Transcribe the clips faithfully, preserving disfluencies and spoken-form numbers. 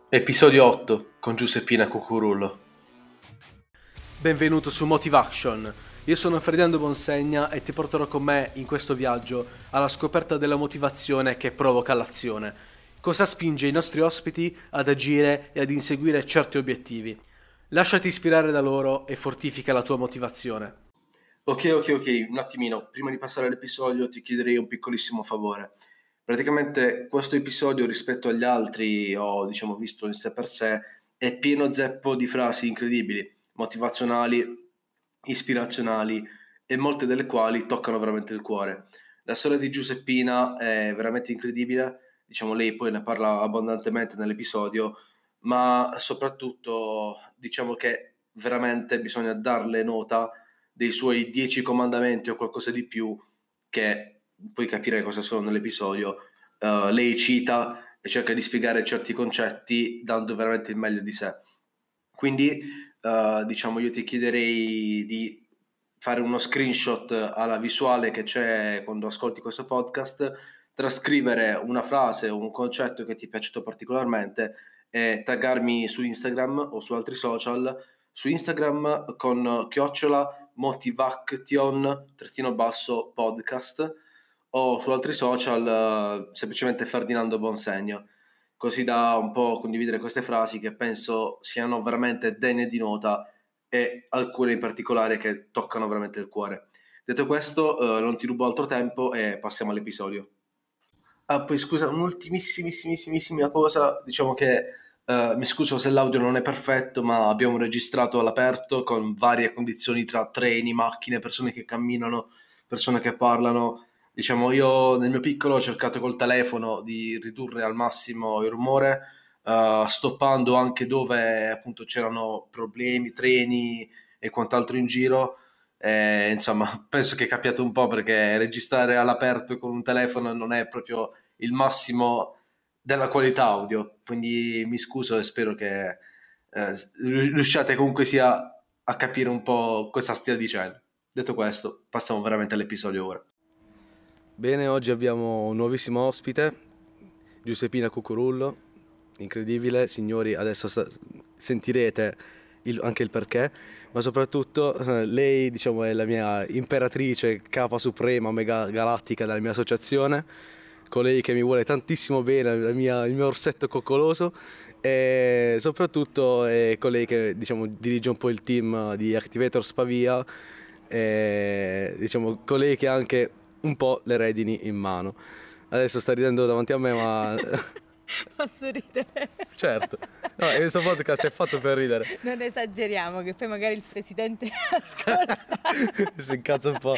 Episodio otto con Giuseppina Cucurullo. Benvenuto su Motivaction. Io sono Ferdinando Bonsegna e ti porterò con me in questo viaggio alla scoperta della motivazione che provoca l'azione. Cosa spinge i nostri ospiti ad agire e ad inseguire certi obiettivi? Lasciati ispirare da loro e fortifica la tua motivazione. Ok, ok, ok, un attimino, prima di passare all'episodio ti chiederei un piccolissimo favore. Praticamente questo episodio rispetto agli altri, ho diciamo visto in sé per sé, è pieno zeppo di frasi incredibili, motivazionali, ispirazionali e molte delle quali toccano veramente il cuore. La storia di Giuseppina è veramente incredibile, diciamo lei poi ne parla abbondantemente nell'episodio, ma soprattutto diciamo che veramente bisogna darle nota dei suoi dieci comandamenti o qualcosa di più che puoi capire cosa sono nell'episodio. Uh, lei cita e cerca di spiegare certi concetti dando veramente il meglio di sé. Quindi uh, diciamo io ti chiederei di fare uno screenshot alla visuale che c'è quando ascolti questo podcast, trascrivere una frase o un concetto che ti è piaciuto particolarmente e taggarmi su Instagram o su altri social. Su Instagram con chiocciola motivaction trattino basso podcast o su altri social uh, semplicemente Ferdinando Bonsegna, così da un po' condividere queste frasi che penso siano veramente degne di nota e alcune in particolare che toccano veramente il cuore. Detto questo, uh, non ti rubo altro tempo e passiamo all'episodio. Ah, poi scusa, un'ultimissimissima cosa, diciamo che uh, mi scuso se l'audio non è perfetto, ma abbiamo registrato all'aperto con varie condizioni tra treni, macchine, persone che camminano, persone che parlano. Diciamo, io nel mio piccolo ho cercato col telefono di ridurre al massimo il rumore, uh, stoppando anche dove appunto c'erano problemi, treni e quant'altro in giro. Eh, insomma, penso che è capitato un po' perché registrare all'aperto con un telefono non è proprio il massimo della qualità audio, quindi mi scuso e spero che eh, riusciate comunque sia a capire un po' cosa stia dicendo. Detto questo, passiamo veramente all'episodio ora. Bene, oggi abbiamo un nuovissimo ospite, Giuseppina Cucurullo, incredibile, signori, adesso sta- sentirete il- anche il perché, ma soprattutto eh, lei diciamo è la mia imperatrice, capa suprema, mega galattica della mia associazione, colei che mi vuole tantissimo bene, la mia- il mio orsetto coccoloso, e soprattutto è colei che diciamo dirige un po' il team di Activator Pavia, e diciamo colei che ha anche un po' le redini in mano. Adesso sta ridendo davanti a me, ma Posso ridere? certo, no, questo podcast è fatto per ridere. Non esageriamo, che poi magari il presidente ascolta. Si incazza un po'.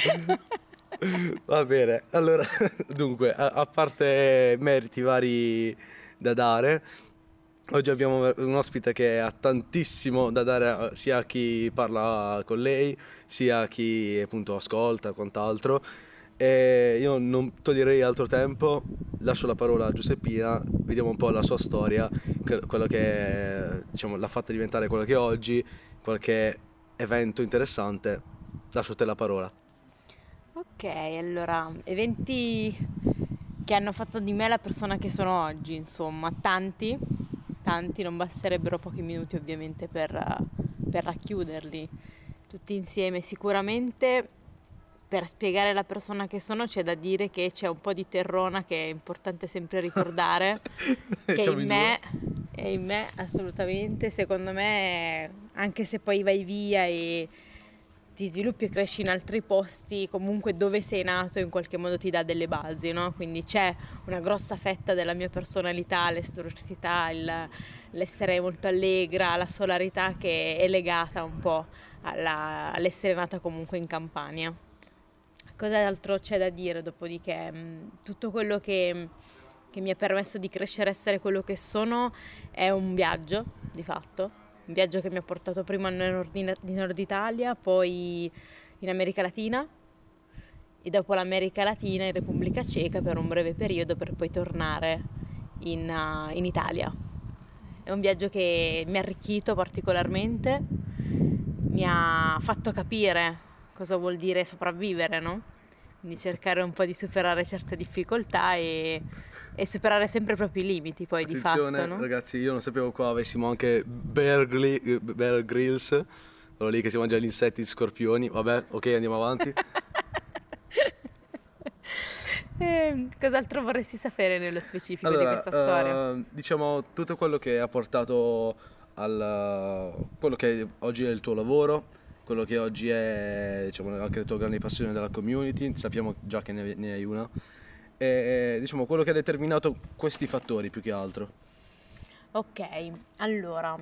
Va bene, allora, dunque, a, a parte meriti vari da dare, oggi abbiamo un ospite che ha tantissimo da dare sia a chi parla con lei, sia a chi appunto ascolta e quant'altro. E io non toglierei altro tempo, lascio la parola a Giuseppina, vediamo un po' la sua storia, quello che diciamo l'ha fatta diventare quello che è oggi, qualche evento interessante. Lascio a te la parola. Ok, allora, eventi che hanno fatto di me la persona che sono oggi, insomma, tanti, tanti, non basterebbero pochi minuti ovviamente per, per racchiuderli tutti insieme. Sicuramente per spiegare la persona che sono c'è da dire che c'è un po' di terrona che è importante sempre ricordare, che Siamo in in me, è in me assolutamente, secondo me, anche se poi vai via e ti sviluppi e cresci in altri posti, comunque dove sei nato in qualche modo ti dà delle basi, no? Quindi c'è una grossa fetta della mia personalità, l'estroversità, il, l'essere molto allegra, la solarità che è legata un po' alla, all'essere nata comunque in Campania. Cos'altro c'è da dire? Dopodiché tutto quello che, che mi ha permesso di crescere e essere quello che sono è un viaggio, di fatto. Un viaggio che mi ha portato prima nel nord, in Nord Italia, poi in America Latina e dopo l'America Latina in Repubblica Ceca per un breve periodo per poi tornare in, uh, in Italia. È un viaggio che mi ha arricchito particolarmente, mi ha fatto capire cosa vuol dire sopravvivere, no? Quindi cercare un po' di superare certe difficoltà e, e superare sempre i propri limiti poi di Attenzione, fatto, no? ragazzi, io non sapevo qua avessimo anche Bear, Gli- Bear Grylls, quello lì che si mangia gli insetti, gli scorpioni. Vabbè, ok, andiamo avanti. Eh, cos'altro vorresti sapere nello specifico di Allora, questa storia? eh, diciamo tutto quello che ha portato al quello che oggi è il tuo lavoro, quello che oggi è, diciamo, anche la tua grande passione della community, sappiamo già che ne, ne hai una, e diciamo quello che ha determinato questi fattori più che altro. Ok, allora,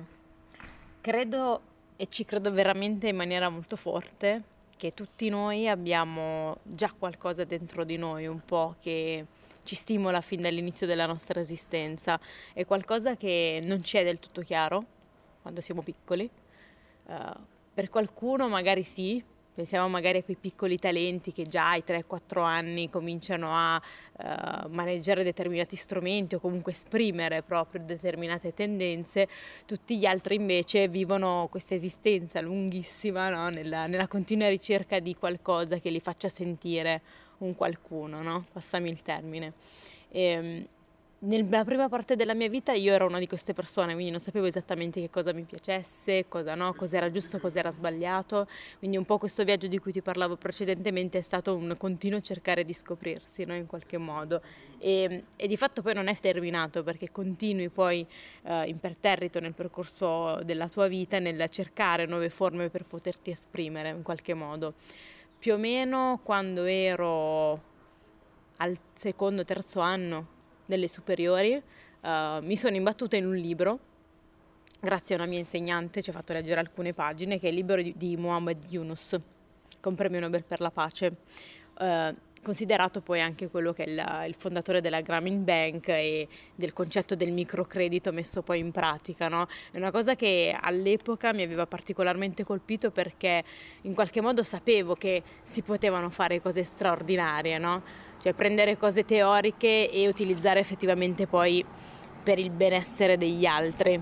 credo e ci credo veramente in maniera molto forte che tutti noi abbiamo già qualcosa dentro di noi, un po' che ci stimola fin dall'inizio della nostra esistenza. È qualcosa che non ci è del tutto chiaro quando siamo piccoli. Uh, per qualcuno magari sì, pensiamo magari a quei piccoli talenti che già ai tre quattro anni cominciano a uh, maneggiare determinati strumenti o comunque esprimere proprio determinate tendenze. Tutti gli altri invece vivono questa esistenza lunghissima, no? nella, nella continua ricerca di qualcosa che li faccia sentire un qualcuno, no? Passami il termine. E, nella prima parte della mia vita io ero una di queste persone, quindi non sapevo esattamente che cosa mi piacesse, cosa no, cosa era giusto, cosa era sbagliato, quindi un po' questo viaggio di cui ti parlavo precedentemente è stato un continuo cercare di scoprirsi, no, in qualche modo, e, e di fatto poi non è terminato perché continui poi eh, imperterrito nel percorso della tua vita nel cercare nuove forme per poterti esprimere in qualche modo. Più o meno quando ero al secondo, terzo anno delle superiori, uh, mi sono imbattuta in un libro, grazie a una mia insegnante, ci ha fatto leggere alcune pagine, che è il libro di, di Muhammad Yunus, con premio Nobel per la pace, uh, considerato poi anche quello che è il, il fondatore della Grameen Bank e del concetto del microcredito messo poi in pratica, no? È una cosa che all'epoca mi aveva particolarmente colpito perché in qualche modo sapevo che si potevano fare cose straordinarie, no? Cioè prendere cose teoriche e utilizzare effettivamente poi per il benessere degli altri.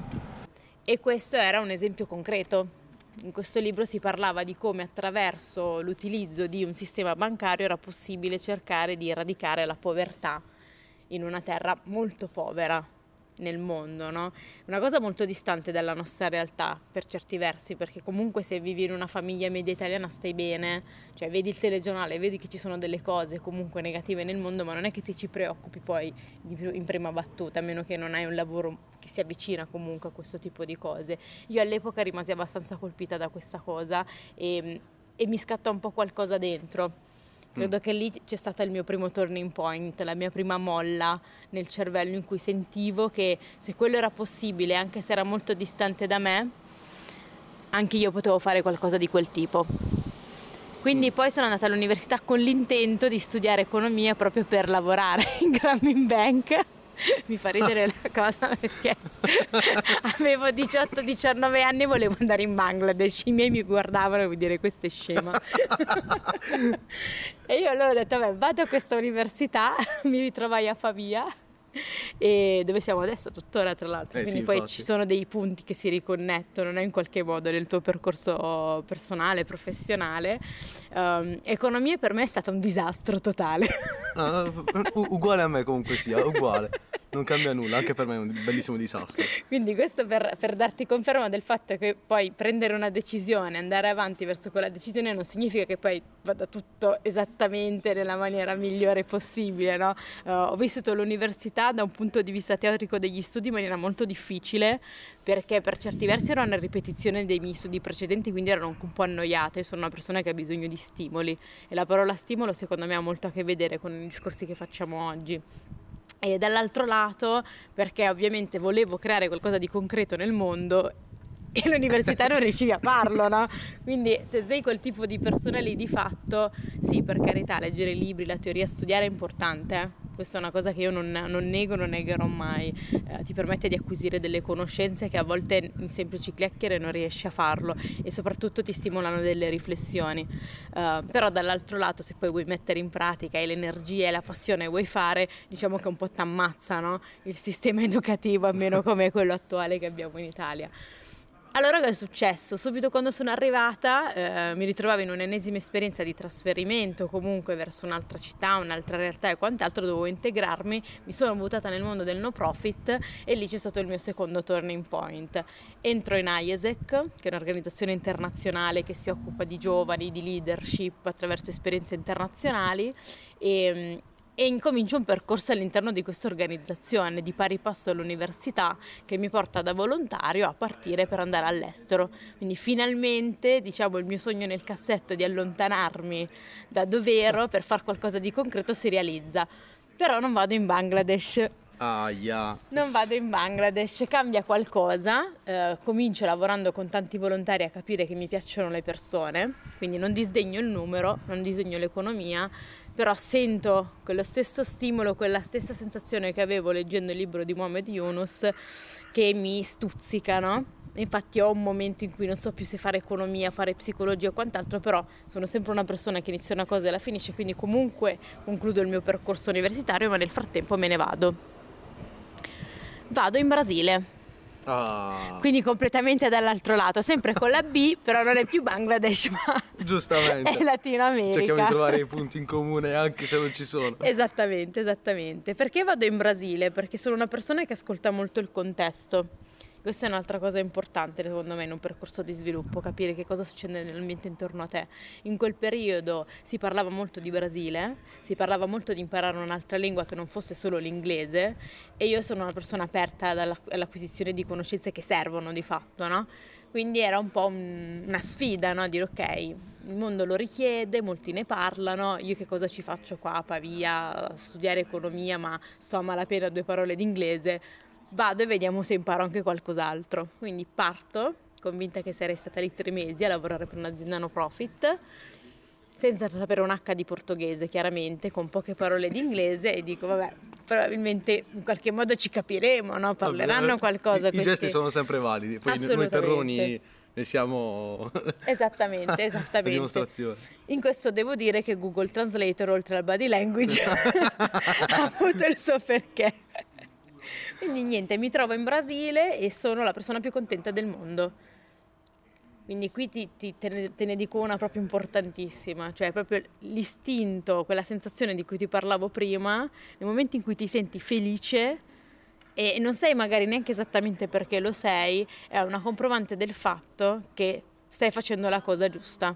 E questo era un esempio concreto. In questo libro si parlava di come attraverso l'utilizzo di un sistema bancario era possibile cercare di eradicare la povertà in una terra molto povera nel mondo, no? Una cosa molto distante dalla nostra realtà per certi versi, perché comunque se vivi in una famiglia media italiana stai bene, cioè vedi il telegiornale, vedi che ci sono delle cose comunque negative nel mondo, ma non è che ti ci preoccupi poi di più in prima battuta, a meno che non hai un lavoro che si avvicina comunque a questo tipo di cose. Io all'epoca rimasi abbastanza colpita da questa cosa e, e mi scattò un po' qualcosa dentro. Credo che lì c'è stato il mio primo turning point, la mia prima molla nel cervello in cui sentivo che se quello era possibile, anche se era molto distante da me, anche io potevo fare qualcosa di quel tipo. Quindi poi sono andata all'università con l'intento di studiare economia proprio per lavorare in Grameen Bank. Mi fa ridere la cosa perché avevo diciotto diciannove anni e volevo andare in Bangladesh, i miei mi guardavano e mi dire questa è scema. E io allora ho detto vabbè, vado a questa università, mi ritrovai a Pavia e dove siamo adesso tuttora tra l'altro, eh quindi sì, poi infatti. ci sono dei punti che si riconnettono, no? In qualche modo nel tuo percorso personale, professionale. Um, economia per me è stato un disastro totale. Ah, u- uguale a me comunque sia, uguale. Non cambia nulla, anche per me è un bellissimo disastro. Quindi questo per, per darti conferma del fatto che poi prendere una decisione, andare avanti verso quella decisione non significa che poi vada tutto esattamente nella maniera migliore possibile, no? Uh, ho vissuto l'università da un punto di vista teorico degli studi in maniera molto difficile perché per certi versi era una ripetizione dei miei studi precedenti, quindi erano anche un po' annoiate. Io sono una persona che ha bisogno di stimoli e la parola stimolo secondo me ha molto a che vedere con i discorsi che facciamo oggi. E dall'altro lato perché ovviamente volevo creare qualcosa di concreto nel mondo e l'università non riuscivi a farlo, no? Quindi se sei quel tipo di persona lì di fatto, sì, per carità, leggere libri, la teoria, studiare è importante, eh? Questa è una cosa che io non, non nego, non negherò mai, eh, ti permette di acquisire delle conoscenze che a volte in semplici chiacchiere non riesci a farlo e soprattutto ti stimolano delle riflessioni, uh, però dall'altro lato se poi vuoi mettere in pratica e l'energia e la passione vuoi fare, diciamo che un po' t'ammazza, no? Il sistema educativo, almeno come quello attuale che abbiamo in Italia. Allora che è successo? Subito quando sono arrivata eh, mi ritrovavo in un'ennesima esperienza di trasferimento comunque verso un'altra città, un'altra realtà e quant'altro, dovevo integrarmi, mi sono buttata nel mondo del no profit e lì c'è stato il mio secondo turning point. Entro in IESEC, che è un'organizzazione internazionale che si occupa di giovani, di leadership attraverso esperienze internazionali e E incomincio un percorso all'interno di questa organizzazione di pari passo all'università che mi porta da volontario a partire per andare all'estero. Quindi finalmente, diciamo, il mio sogno nel cassetto di allontanarmi da dove ero per fare qualcosa di concreto si realizza. Però non vado in Bangladesh. Ah, yeah. Non vado in Bangladesh, cambia qualcosa, eh, comincio lavorando con tanti volontari a capire che mi piacciono le persone, quindi non disdegno il numero, non disdegno l'economia, però sento quello stesso stimolo, quella stessa sensazione che avevo leggendo il libro di Muhammad Yunus che mi stuzzica, no? Infatti ho un momento in cui non so più se fare economia, fare psicologia o quant'altro, però sono sempre una persona che inizia una cosa e la finisce, quindi comunque concludo il mio percorso universitario, ma nel frattempo me ne vado. Vado in Brasile. Ah. Quindi completamente dall'altro lato, sempre con la B, però non è più Bangladesh, ma giustamente è Latino America. Cerchiamo di trovare i punti in comune anche se non ci sono. Esattamente, esattamente. Perché vado in Brasile? Perché sono una persona che ascolta molto il contesto. Questa è un'altra cosa importante secondo me in un percorso di sviluppo, capire che cosa succede nell'ambiente intorno a te. In quel periodo si parlava molto di Brasile, si parlava molto di imparare un'altra lingua che non fosse solo l'inglese e io sono una persona aperta all'acquisizione di conoscenze che servono di fatto, no? Quindi era un po' un, una sfida, no? Dire ok, il mondo lo richiede, molti ne parlano, io che cosa ci faccio qua a Pavia a studiare economia ma sto a malapena due parole d'inglese. Vado e vediamo se imparo anche qualcos'altro. Quindi parto, convinta che sarei stata lì tre mesi a lavorare per un'azienda no profit, senza sapere un H di portoghese chiaramente, con poche parole di inglese e dico vabbè, probabilmente in qualche modo ci capiremo, no? Parleranno vabbè, qualcosa. I, questi... i gesti sono sempre validi, poi noi terroni ne siamo esattamente, esattamente. dimostrazione. In questo devo dire che Google Translator oltre al body language ha avuto il suo perché. Quindi niente, mi trovo in Brasile e sono la persona più contenta del mondo. Quindi qui ti, ti, te, ne, te ne dico una proprio importantissima, cioè proprio l'istinto, quella sensazione di cui ti parlavo prima, nel momento in cui ti senti felice e non sai magari neanche esattamente perché lo sei, è una comprovante del fatto che stai facendo la cosa giusta.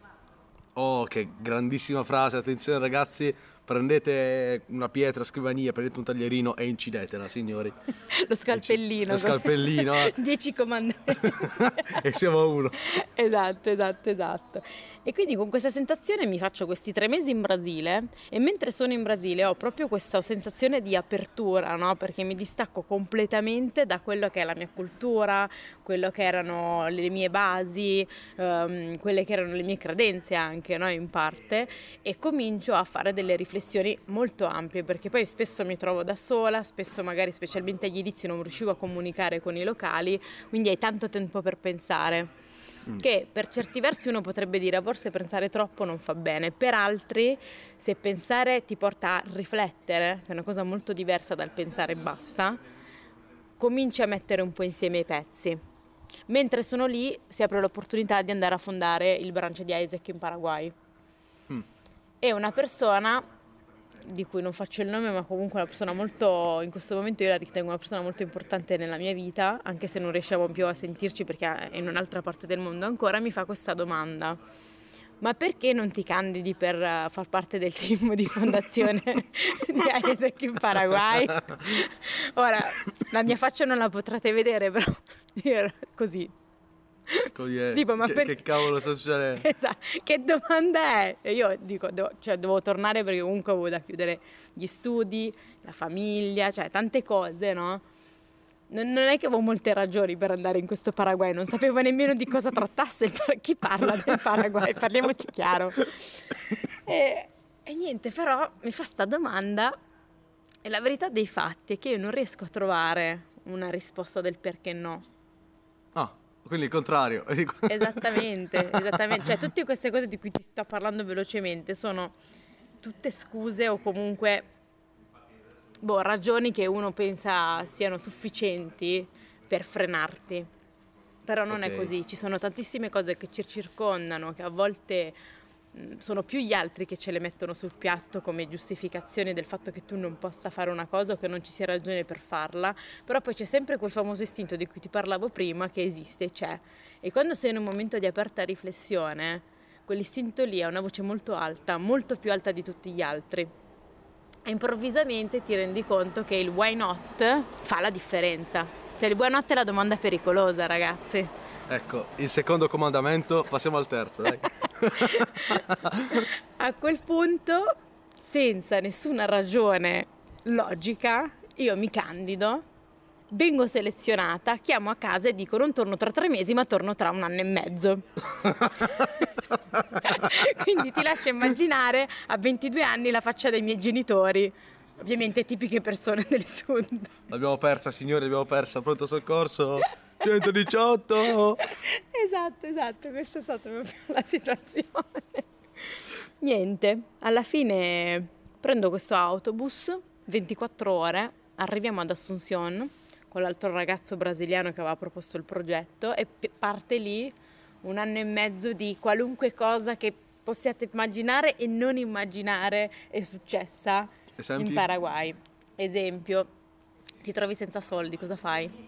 Oh, che grandissima frase, attenzione ragazzi, prendete una pietra scrivania, prendete un taglierino e incidetela, signori. Lo scalpellino. Lo scalpellino. Dieci comandamenti. E siamo a uno. Esatto, esatto, esatto. E quindi con questa sensazione mi faccio questi tre mesi in Brasile e mentre sono in Brasile ho proprio questa sensazione di apertura, no? Perché mi distacco completamente da quello che è la mia cultura, quello che erano le mie basi, um, quelle che erano le mie credenze anche, no? In parte, e comincio a fare delle riflessioni molto ampie perché poi spesso mi trovo da sola, spesso magari specialmente agli inizi non riuscivo a comunicare con i locali, quindi hai tanto tempo per pensare. Che per certi versi uno potrebbe dire forse pensare troppo non fa bene, per altri se pensare ti porta a riflettere, che è una cosa molto diversa dal pensare e basta, cominci a mettere un po' insieme i pezzi. Mentre sono lì si apre l'opportunità di andare a fondare il branch di IESEC in Paraguay. Mm. E una persona di cui non faccio il nome, ma comunque una persona molto, in questo momento io la ritengo una persona molto importante nella mia vita, anche se non riusciamo più a sentirci perché è in un'altra parte del mondo ancora, mi fa questa domanda: ma perché non ti candidi per uh, far parte del team di fondazione di IESEC in Paraguay? Ora, la mia faccia non la potrete vedere, però io ero così. Tipo, ma che, per... che cavolo sta succedendo? Esatto, che domanda è? E io dico, devo, cioè, devo tornare perché comunque avevo da chiudere gli studi, la famiglia, cioè tante cose, no? Non, non è che avevo molte ragioni per andare in questo Paraguay, non sapevo nemmeno di cosa trattasse, il par- chi parla del Paraguay, parliamoci chiaro. E, e niente, però mi fa sta domanda e la verità dei fatti è che io non riesco a trovare una risposta del perché no. Ah. Quindi il contrario. Esattamente, esattamente. Cioè tutte queste cose di cui ti sto parlando velocemente sono tutte scuse o comunque boh, ragioni che uno pensa siano sufficienti per frenarti. Però non Ok. è così, ci sono tantissime cose che ci circondano, che a volte mh, sono più gli altri che ce le mettono sul piatto come giustificazioni del fatto che tu non possa fare una cosa o che non ci sia ragione per farla, però poi c'è sempre quel famoso istinto di cui ti parlavo prima che esiste, c'è. E quando sei in un momento di aperta riflessione, quell'istinto lì ha una voce molto alta, molto più alta di tutti gli altri. E improvvisamente ti rendi conto che il why not fa la differenza. Cioè il why not è la domanda pericolosa, ragazzi. Ecco, il secondo comandamento, passiamo al terzo, dai. A quel punto, senza nessuna ragione logica, io mi candido, vengo selezionata, chiamo a casa e dico non torno tra tre mesi ma torno tra un anno e mezzo. Quindi ti lascio immaginare a ventidue anni la faccia dei miei genitori, ovviamente tipiche persone del sud. L'abbiamo persa, signori, l'abbiamo persa. Pronto soccorso? centodiciotto! Esatto, esatto, questa è stata proprio la situazione. Niente, alla fine prendo questo autobus, ventiquattro ore, arriviamo ad Asunción con l'altro ragazzo brasiliano che aveva proposto il progetto e p- parte lì un anno e mezzo di qualunque cosa che possiate immaginare e non immaginare è successa Esempi? in Paraguay. Esempio, ti trovi senza soldi, cosa fai?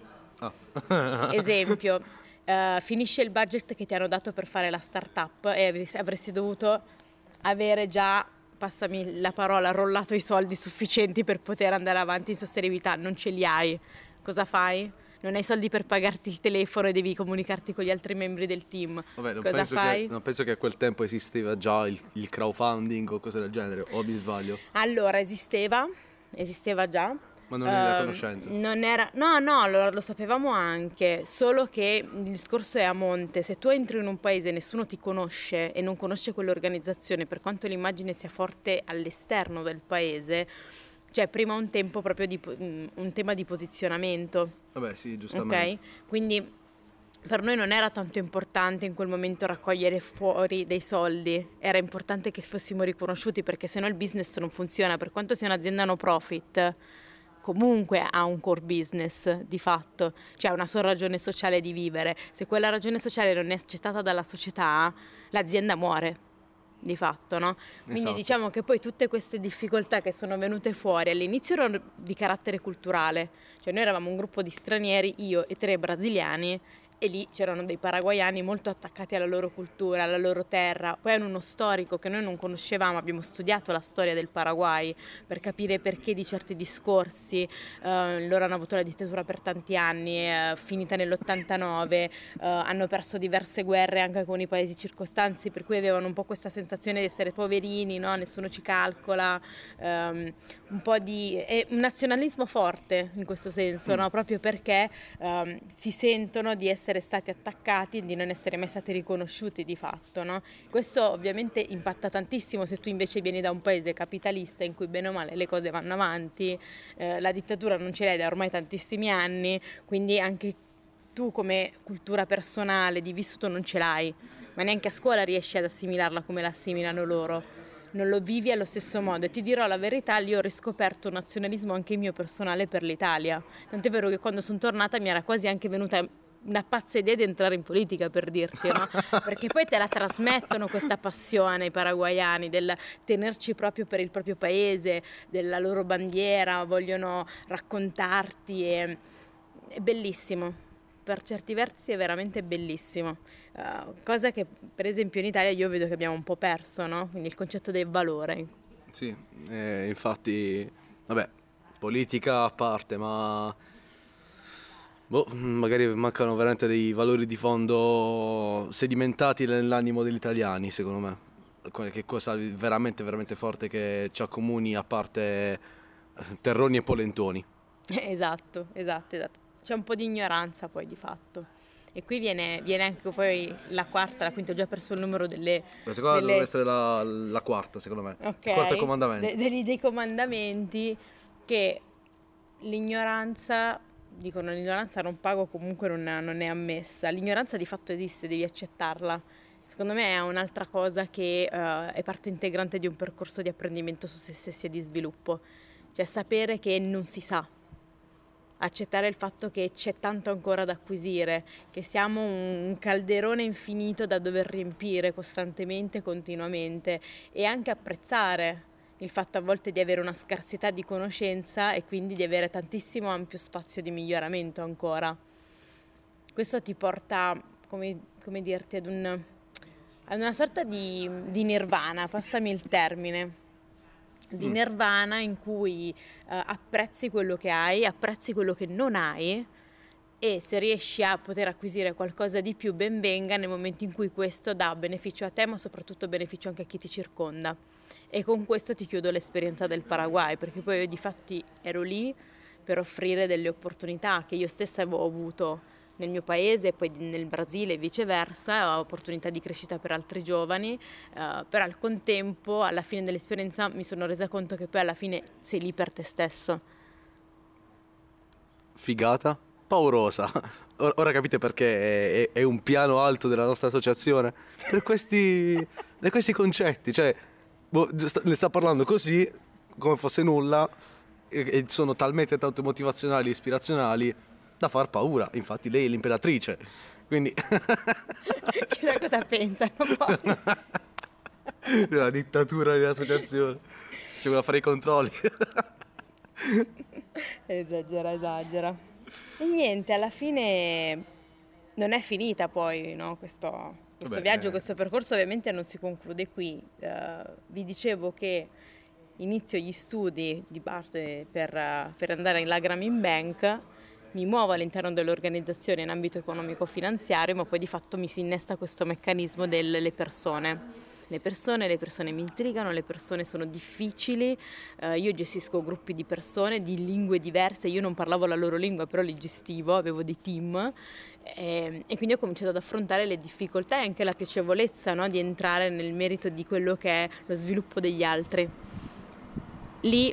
Ah. Esempio, eh, finisce il budget che ti hanno dato per fare la startup e avri- avresti dovuto avere già, passami la parola, rollato i soldi sufficienti per poter andare avanti in sostenibilità, non ce li hai. Cosa fai? Non hai soldi per pagarti il telefono e devi comunicarti con gli altri membri del team. Vabbè, non Cosa penso, fai? che, non penso che a quel tempo esisteva già il, il crowdfunding o cose del genere, o mi sbaglio? Allora, esisteva, esisteva già. Ma non eri a Ehm, conoscenza? non era, no, no, lo, lo sapevamo anche, solo che il discorso è a monte. Se tu entri in un paese e nessuno ti conosce e non conosce quell'organizzazione, per quanto l'immagine sia forte all'esterno del paese, c'è prima un tempo proprio di, po- mm, un tema di posizionamento. Vabbè, sì, giustamente. Ok? Quindi per noi non era tanto importante in quel momento raccogliere fuori dei soldi, era importante che fossimo riconosciuti perché sennò il business non funziona, per quanto sia un'azienda no profit, comunque ha un core business di fatto, cioè ha una sua ragione sociale di vivere. Se quella ragione sociale non è accettata dalla società, l'azienda muore. Di fatto, no? Quindi Esatto. diciamo che poi tutte queste difficoltà che sono venute fuori all'inizio erano di carattere culturale, cioè noi eravamo un gruppo di stranieri, io e tre brasiliani, e lì c'erano dei paraguayani molto attaccati alla loro cultura, alla loro terra, poi hanno uno storico che noi non conoscevamo, abbiamo studiato la storia del Paraguay per capire perché di certi discorsi, eh, loro hanno avuto la dittatura per tanti anni, eh, finita nell'ottantanove, eh, hanno perso diverse guerre anche con i paesi circostanzi, per cui avevano un po' questa sensazione di essere poverini, no? Nessuno ci calcola, ehm, un po' di è un nazionalismo forte in questo senso, Mm. no? Proprio perché ehm, si sentono di essere stati attaccati e di non essere mai stati riconosciuti di fatto, no? Questo ovviamente impatta tantissimo se tu invece vieni da un paese capitalista in cui bene o male le cose vanno avanti, eh, la dittatura non ce l'hai da ormai tantissimi anni, quindi anche tu come cultura personale di vissuto non ce l'hai, ma neanche a scuola riesci ad assimilarla come la assimilano loro. Non lo vivi allo stesso modo e ti dirò la verità, lì ho riscoperto un nazionalismo anche mio personale per l'Italia, tant'è vero che quando sono tornata mi era quasi anche venuta una pazza idea di entrare in politica, per dirti, no? Perché poi te la trasmettono questa passione i paraguayani del tenerci proprio per il proprio paese, della loro bandiera, vogliono raccontarti e è bellissimo. Per certi versi è veramente bellissimo, uh, cosa che per esempio in Italia io vedo che abbiamo un po' perso, no? Quindi il concetto del valore. Sì, eh, infatti, vabbè, politica a parte, ma boh, magari mancano veramente dei valori di fondo sedimentati nell'animo degli italiani, secondo me. Que- Che cosa veramente, veramente forte che ci accomuni a parte eh, terroni e polentoni. Esatto, esatto, esatto. C'è un po' di ignoranza poi di fatto. E qui viene, viene anche poi la quarta, la quinta, ho già perso il numero delle... La seconda delle- deve essere la, la quarta, secondo me. Ok, Il quarto comandamento. de- degli- dei comandamenti che l'ignoranza, dicono l'ignoranza non pago, comunque non, non è ammessa. L'ignoranza di fatto esiste, devi accettarla. Secondo me è un'altra cosa che eh, è parte integrante di un percorso di apprendimento su se stessi e di sviluppo. Cioè sapere che non si sa. accettare il fatto che c'è tanto ancora da acquisire, che siamo un calderone infinito da dover riempire costantemente, continuamente, e anche apprezzare il fatto a volte di avere una scarsità di conoscenza e quindi di avere tantissimo ampio spazio di miglioramento ancora. Questo ti porta, come, come dirti, ad, un, ad una sorta di, di nirvana, passami il termine, di nirvana in cui uh, apprezzi quello che hai, apprezzi quello che non hai, e se riesci a poter acquisire qualcosa di più, ben venga, nel momento in cui questo dà beneficio a te, ma soprattutto beneficio anche a chi ti circonda. E con questo ti chiudo l'esperienza del Paraguay, perché poi io di fatti ero lì per offrire delle opportunità che io stessa avevo avuto nel mio paese e poi nel Brasile e viceversa, opportunità di crescita per altri giovani, eh, però al contempo, alla fine dell'esperienza, mi sono resa conto che poi alla fine sei lì per te stesso. Figata, paurosa. Ora, ora capite perché è, è un piano alto della nostra associazione? Per questi, per questi concetti, cioè boh, ne sta parlando così, come fosse nulla, e, e sono talmente tanto motivazionali e ispirazionali da far paura. Infatti lei è l'imperatrice, quindi chissà cosa pensano poi. la dittatura dell'associazione, ci vuole fare i controlli. Esagera, esagera. E niente, alla fine non è finita poi, no? Questo, questo Vabbè, viaggio, eh. questo percorso ovviamente non si conclude qui. Uh, vi dicevo che inizio gli studi di base per, uh, per andare alla Grameen Bank, mi muovo all'interno dell'organizzazione in ambito economico-finanziario, ma poi di fatto mi si innesta questo meccanismo delle persone. Le persone, le persone mi intrigano, le persone sono difficili, eh, io gestisco gruppi di persone di lingue diverse, io non parlavo la loro lingua, però li gestivo, avevo dei team, e, e quindi ho cominciato ad affrontare le difficoltà e anche la piacevolezza, no, di entrare nel merito di quello che è lo sviluppo degli altri. Lì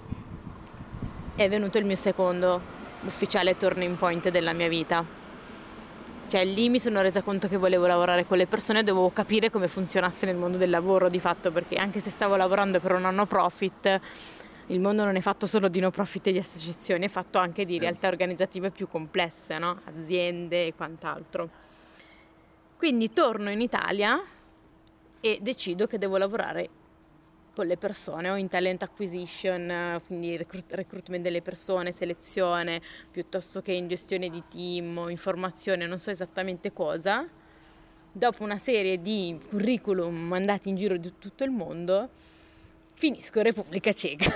è venuto il mio secondo ufficiale turning point della mia vita. Cioè lì mi sono resa conto che volevo lavorare con le persone, dovevo capire come funzionasse nel mondo del lavoro di fatto, perché anche se stavo lavorando per una no profit, il mondo non è fatto solo di no profit e di associazioni, è fatto anche di realtà organizzative più complesse, no? Aziende e quant'altro. Quindi torno in Italia e decido che devo lavorare con le persone, o in talent acquisition, quindi recruit- recruitment delle persone, selezione, piuttosto che in gestione di team o informazione, non so esattamente cosa. Dopo una serie di curriculum mandati in giro di tutto il mondo, finisco in Repubblica Ceca.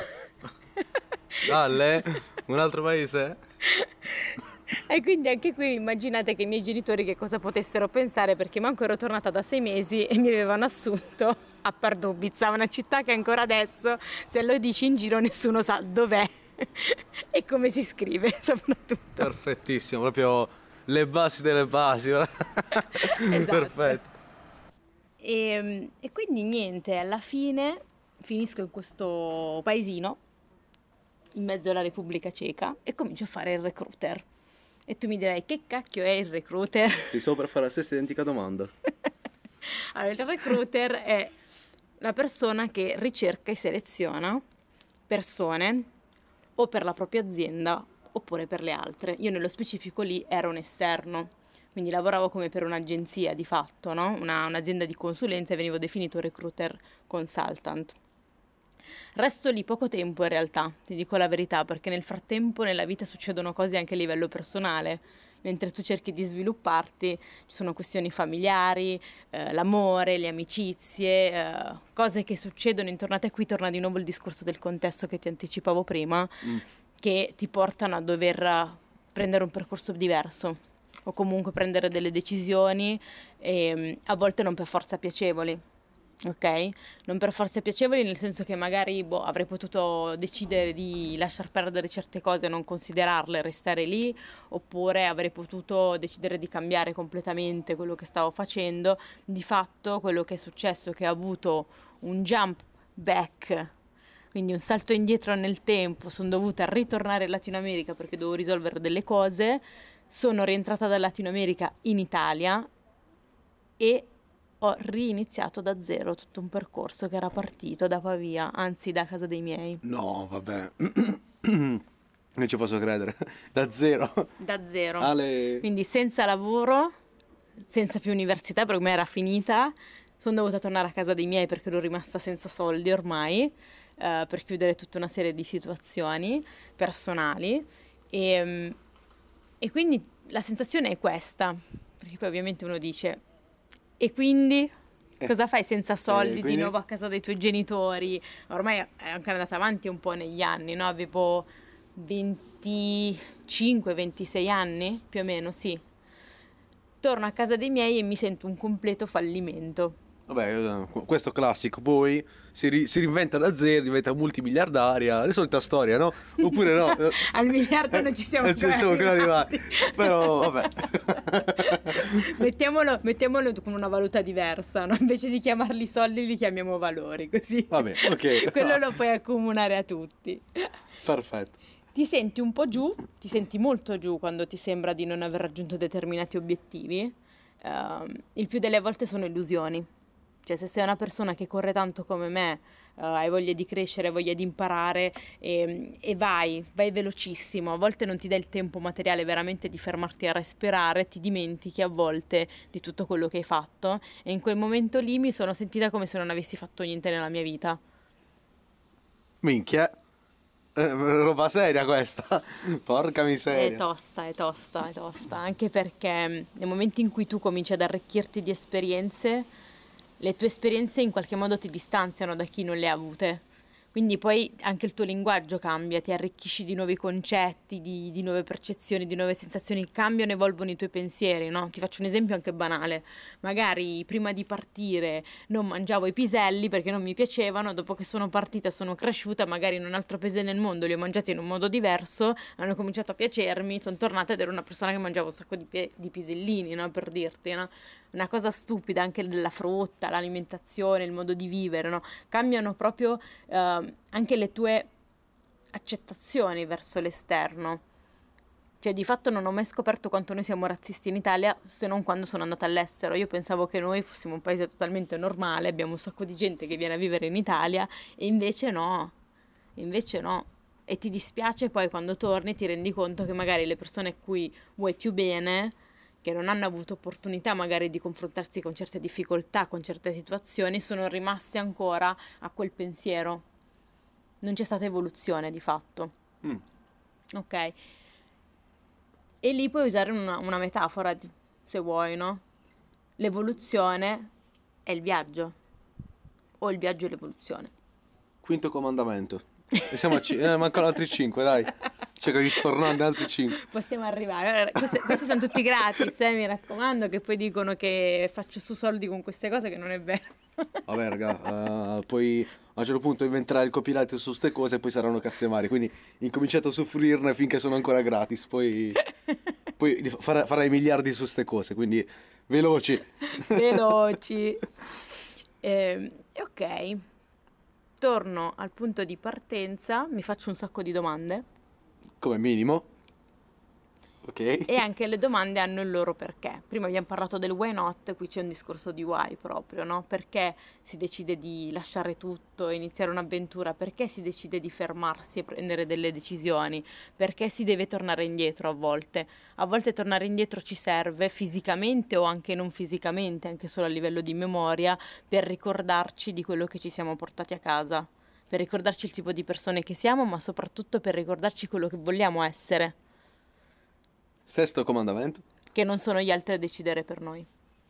Dalle, un altro paese? E quindi anche qui immaginate che i miei genitori che cosa potessero pensare, perché manco ero tornata da sei mesi e mi avevano assunto a Pardubice, una città che ancora adesso, se lo dici in giro, nessuno sa dov'è e come si scrive soprattutto. Perfettissimo, proprio le basi delle basi. Esatto. Perfetto. E, e quindi niente, alla fine finisco in questo paesino in mezzo alla Repubblica Ceca e comincio a fare il recruiter. E tu mi direi, che cacchio è il recruiter? Ti stavo per fare la stessa identica domanda. Allora, il recruiter è la persona che ricerca e seleziona persone o per la propria azienda oppure per le altre. Io nello specifico lì ero un esterno, quindi lavoravo come per un'agenzia di fatto, no? Una, un'azienda di consulenza, e venivo definito recruiter consultant. Resto lì poco tempo in realtà, ti dico la verità, perché nel frattempo nella vita succedono cose anche a livello personale. Mentre tu cerchi di svilupparti, ci sono questioni familiari, eh, l'amore, le amicizie, eh, cose che succedono intorno a te. Qui torna di nuovo il discorso del contesto che ti anticipavo prima, mm. che ti portano a dover prendere un percorso diverso o comunque prendere delle decisioni e a volte non per forza piacevoli. Ok? Non per forza piacevoli, nel senso che magari boh, avrei potuto decidere di lasciar perdere certe cose, non considerarle, restare lì, oppure avrei potuto decidere di cambiare completamente quello che stavo facendo. Di fatto quello che è successo è che ho avuto un jump back, quindi un salto indietro nel tempo, sono dovuta ritornare in Latino America perché dovevo risolvere delle cose, sono rientrata da Latino America in Italia e ho riniziato da zero tutto un percorso che era partito da Pavia, anzi da casa dei miei. No, vabbè. Non ci posso credere. Da zero. Da zero. Ale... Quindi senza lavoro, senza più università, per me era finita. Sono dovuta tornare a casa dei miei perché ero rimasta senza soldi ormai, eh, per chiudere tutta una serie di situazioni personali. E, e quindi la sensazione è questa, perché poi ovviamente uno dice, e quindi cosa fai senza soldi quindi? di nuovo a casa dei tuoi genitori? Ormai è anche andata avanti un po' negli anni, no? Avevo venticinque ventisei anni, più o meno, sì. Torno a casa dei miei e mi sento un completo fallimento. Vabbè, questo classico, poi si, ri- si reinventa da zero, diventa multimiliardaria, la solita storia, no? Oppure no? Al miliardo non ci siamo Non ci siamo ancora arrivati, però vabbè. mettiamolo, mettiamolo con una valuta diversa, no? Invece di chiamarli soldi li chiamiamo valori, così. Vabbè, ok. Quello lo puoi accomunare a tutti. Perfetto. Ti senti un po' giù, ti senti molto giù quando ti sembra di non aver raggiunto determinati obiettivi. Uh, il più delle volte sono illusioni. Cioè, se sei una persona che corre tanto come me, uh, hai voglia di crescere, voglia di imparare e, e vai, vai velocissimo, a volte non ti dai il tempo materiale veramente di fermarti a respirare, ti dimentichi a volte di tutto quello che hai fatto e in quel momento lì mi sono sentita come se non avessi fatto niente nella mia vita. Minchia. Eh, roba seria questa. Porca miseria. È tosta, è tosta, è tosta, anche perché nel momento in cui tu cominci ad arricchirti di esperienze, le tue esperienze in qualche modo ti distanziano da chi non le ha avute. Quindi poi anche il tuo linguaggio cambia, ti arricchisci di nuovi concetti, di, di nuove percezioni, di nuove sensazioni, cambiano, evolvono i tuoi pensieri, no? Ti faccio un esempio anche banale. Magari prima di partire non mangiavo i piselli perché non mi piacevano, dopo che sono partita, sono cresciuta, magari in un altro paese nel mondo li ho mangiati in un modo diverso, hanno cominciato a piacermi, sono tornata ed ero una persona che mangiava un sacco di, pie- di pisellini, no? Per dirti, no? Una cosa stupida anche della frutta, l'alimentazione, il modo di vivere, no? Cambiano proprio eh, anche le tue accettazioni verso l'esterno. Cioè, di fatto non ho mai scoperto quanto noi siamo razzisti in Italia, se non quando sono andata all'estero. Io pensavo che noi fossimo un paese totalmente normale, abbiamo un sacco di gente che viene a vivere in Italia, e invece no, invece no. E ti dispiace poi quando torni ti rendi conto che magari le persone a cui vuoi più bene, che non hanno avuto opportunità magari di confrontarsi con certe difficoltà, con certe situazioni, sono rimasti ancora a quel pensiero. Non c'è stata evoluzione di fatto. Mm. Ok? E lì puoi usare una, una metafora, se vuoi, no? L'evoluzione è il viaggio. O il viaggio è l'evoluzione. Quinto comandamento. E siamo a c- eh, mancano altri cinque, dai. Cerco di sfornarne altri cinque. Possiamo arrivare. Allora, questi, questi sono tutti gratis, eh, mi raccomando, che poi dicono che faccio su soldi con queste cose, che non è vero. Vabbè, raga, uh, poi a un certo punto inventerai il copyright su ste cose e poi saranno cazzi amari. Quindi incominciate a soffrirne finché sono ancora gratis. Poi, poi far- farai miliardi su ste cose. Quindi veloci. Veloci. Eh, ok. Torno al punto di partenza, mi faccio un sacco di domande. Come minimo. Ok. E anche le domande hanno il loro perché. Prima abbiamo parlato del why not, qui c'è un discorso di why proprio, no? Perché si decide di lasciare tutto, iniziare un'avventura? Perché si decide di fermarsi e prendere delle decisioni? Perché si deve tornare indietro a volte? A volte tornare indietro ci serve fisicamente o anche non fisicamente, anche solo a livello di memoria, per ricordarci di quello che ci siamo portati a casa, per ricordarci il tipo di persone che siamo, ma soprattutto per ricordarci quello che vogliamo essere. Sesto comandamento. Che non sono gli altri a decidere per noi.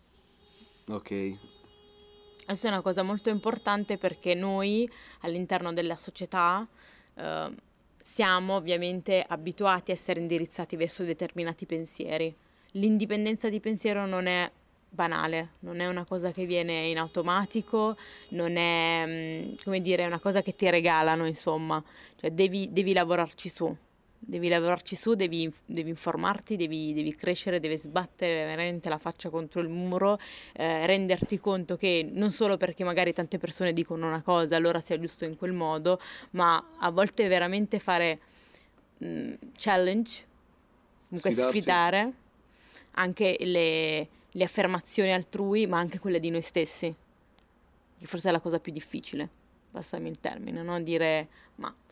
Ok. Questa è una cosa molto importante perché noi all'interno della società eh, siamo ovviamente abituati a essere indirizzati verso determinati pensieri. L'indipendenza di pensiero non è banale, non è una cosa che viene in automatico, non è, mh, come dire, una cosa che ti regalano, insomma. Cioè devi, devi lavorarci su. Devi lavorarci su, devi, devi informarti, devi, devi crescere, devi sbattere veramente la faccia contro il muro, eh, renderti conto che non solo perché magari tante persone dicono una cosa allora sia giusto in quel modo, ma a volte veramente fare mh, challenge, comunque Sfidarsi. sfidare anche le, le affermazioni altrui, ma anche quelle di noi stessi, che forse è la cosa più difficile, passami il termine, no? Dire ma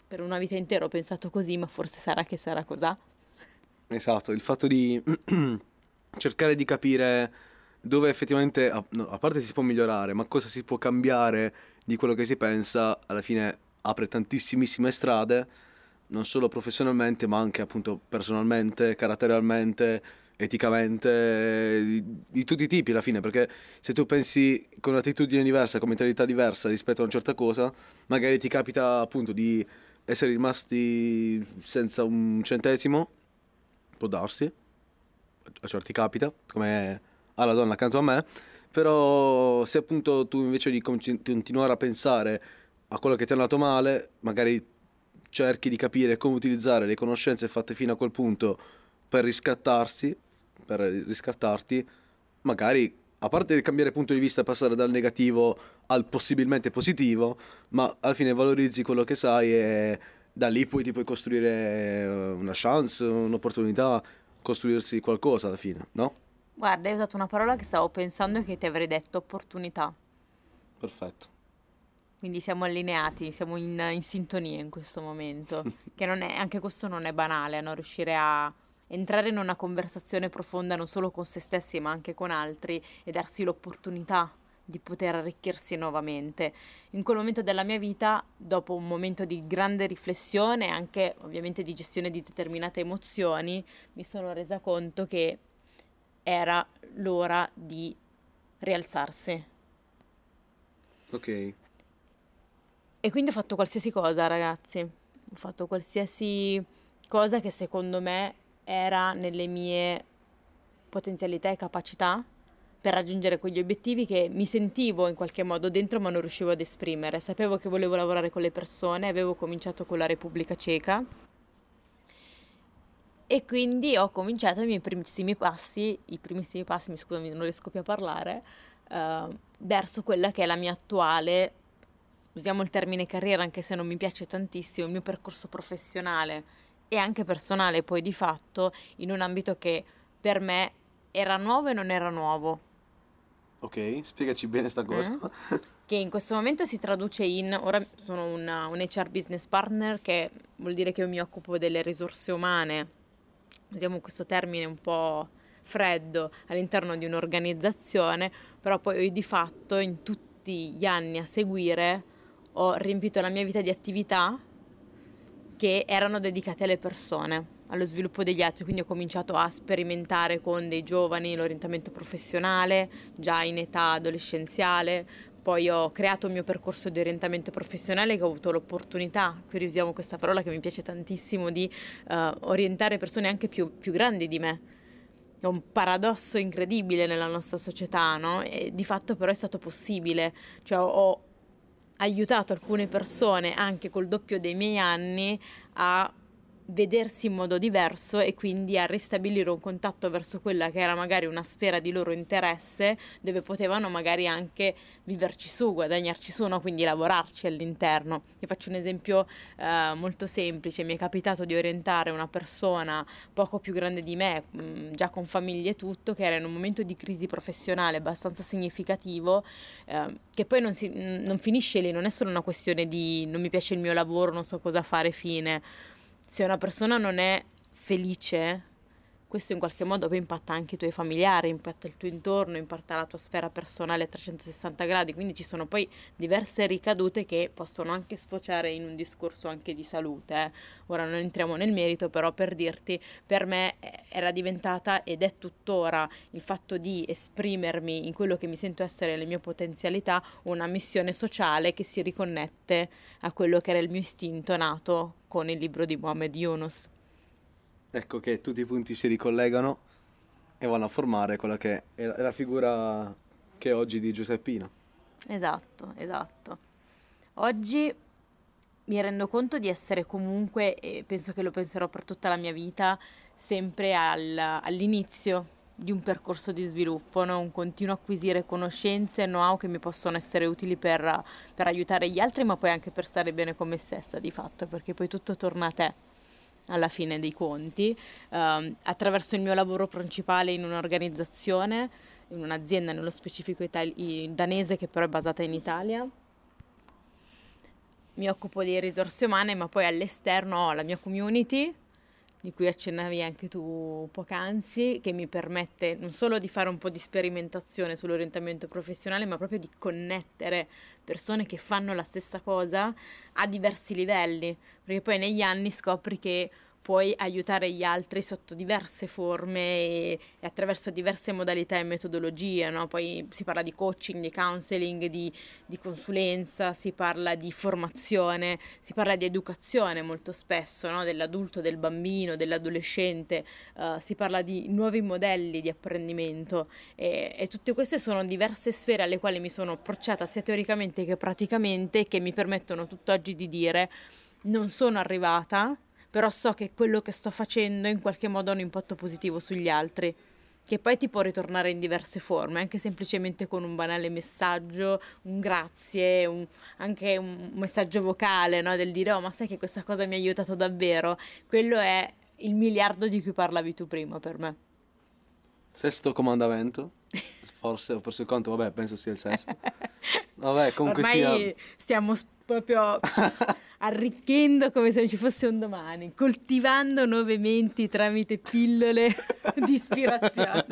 per una vita intera ho pensato così, ma forse sarà che sarà così. Esatto, il fatto di cercare di capire dove effettivamente, a, no, a parte si può migliorare, ma cosa si può cambiare di quello che si pensa, alla fine apre tantissimissime strade, non solo professionalmente, ma anche appunto personalmente, caratterialmente, eticamente, di, di tutti i tipi alla fine, perché se tu pensi con un'attitudine diversa, con mentalità diversa rispetto a una certa cosa, magari ti capita appunto di essere rimasti senza un centesimo, può darsi, a certi capita, come alla donna accanto a me, però se appunto tu invece di con- continuare a pensare a quello che ti è andato male, magari cerchi di capire come utilizzare le conoscenze fatte fino a quel punto per riscattarsi, per riscattarti, magari a parte di cambiare punto di vista e passare dal negativo al possibilmente positivo, ma alla fine valorizzi quello che sai e da lì poi ti puoi costruire eh, una chance, un'opportunità, costruirsi qualcosa alla fine, no? Guarda, hai usato una parola che stavo pensando e che ti avrei detto, opportunità. Perfetto. Quindi siamo allineati, siamo in, in sintonia in questo momento, che non è, anche questo non è banale, no? Riuscire a entrare in una conversazione profonda non solo con se stessi ma anche con altri e darsi l'opportunità di poter arricchirsi nuovamente. In quel momento della mia vita, dopo un momento di grande riflessione, anche ovviamente di gestione di determinate emozioni, mi sono resa conto che era l'ora di rialzarsi. Ok. E quindi ho fatto qualsiasi cosa, ragazzi. Ho fatto qualsiasi cosa che secondo me era nelle mie potenzialità e capacità per raggiungere quegli obiettivi che mi sentivo in qualche modo dentro ma non riuscivo ad esprimere. Sapevo che volevo lavorare con le persone, avevo cominciato con la Repubblica Ceca e quindi ho cominciato i miei primissimi passi, i primissimi passi, mi scusami, non riesco più a parlare, eh, verso quella che è la mia attuale, usiamo il termine carriera anche se non mi piace tantissimo, il mio percorso professionale e anche personale poi di fatto in un ambito che per me era nuovo e non era nuovo. Ok, spiegaci bene sta cosa. Mm? Che in questo momento si traduce in, ora sono una, un H R business partner, che vuol dire che io mi occupo delle risorse umane, usiamo questo termine un po' freddo, all'interno di un'organizzazione, però poi di fatto in tutti gli anni a seguire ho riempito la mia vita di attività che erano dedicate alle persone, allo sviluppo degli altri, quindi ho cominciato a sperimentare con dei giovani l'orientamento professionale, già in età adolescenziale, poi ho creato il mio percorso di orientamento professionale che ho avuto l'opportunità, qui usiamo questa parola che mi piace tantissimo, di uh, orientare persone anche più, più grandi di me. È un paradosso incredibile nella nostra società, no? E di fatto però è stato possibile, cioè ho aiutato alcune persone anche col doppio dei miei anni a vedersi in modo diverso e quindi a ristabilire un contatto verso quella che era magari una sfera di loro interesse dove potevano magari anche viverci su, guadagnarci su, no? Quindi lavorarci all'interno. Ti faccio un esempio eh, molto semplice: mi è capitato di orientare una persona poco più grande di me, mh, già con famiglia e tutto, che era in un momento di crisi professionale abbastanza significativo, eh, che poi non, si, non finisce lì, non è solo una questione di non mi piace il mio lavoro, non so cosa fare, fine. Se una persona non è felice, questo in qualche modo poi impatta anche i tuoi familiari, impatta il tuo intorno, impatta la tua sfera personale a trecentosessanta gradi, quindi ci sono poi diverse ricadute che possono anche sfociare in un discorso anche di salute. eh. Ora non entriamo nel merito, però per dirti, per me era diventata ed è tuttora il fatto di esprimermi in quello che mi sento essere le mie potenzialità, una missione sociale che si riconnette a quello che era il mio istinto nato con il libro di Muhammad Yunus. Ecco che tutti i punti si ricollegano e vanno a formare quella che è la, è la figura che è oggi di Giuseppina. Esatto, esatto. Oggi mi rendo conto di essere comunque, e penso che lo penserò per tutta la mia vita, sempre al, all'inizio di un percorso di sviluppo, no? Un continuo acquisire conoscenze e know-how che mi possono essere utili per, per aiutare gli altri, ma poi anche per stare bene con me stessa di fatto, perché poi tutto torna a te alla fine dei conti, um, attraverso il mio lavoro principale in un'organizzazione, in un'azienda nello specifico itali- danese che però è basata in Italia. mi occupo di risorse umane, ma poi all'esterno ho la mia community, di cui accennavi anche tu poc'anzi, che mi permette non solo di fare un po' di sperimentazione sull'orientamento professionale, ma proprio di connettere persone che fanno la stessa cosa a diversi livelli, perché poi negli anni scopri che puoi aiutare gli altri sotto diverse forme e, e attraverso diverse modalità e metodologie, no? Poi si parla di coaching, di counseling, di, di consulenza, si parla di formazione, si parla di educazione molto spesso, no? Dell'adulto, del bambino, dell'adolescente, uh, si parla di nuovi modelli di apprendimento e, e tutte queste sono diverse sfere alle quali mi sono approcciata sia teoricamente che praticamente, che mi permettono tutt'oggi di dire non sono arrivata, però so che quello che sto facendo in qualche modo ha un impatto positivo sugli altri, che poi ti può ritornare in diverse forme, anche semplicemente con un banale messaggio, un grazie, un, anche un messaggio vocale, no? Del dire, oh, ma sai che questa cosa mi ha aiutato davvero? Quello è il miliardo di cui parlavi tu prima per me. Sesto comandamento, forse ho perso il conto, vabbè, penso sia il sesto. Vabbè, comunque ormai sia... stiamo s- proprio arricchendo come se non ci fosse un domani, coltivando nuove menti tramite pillole di ispirazione.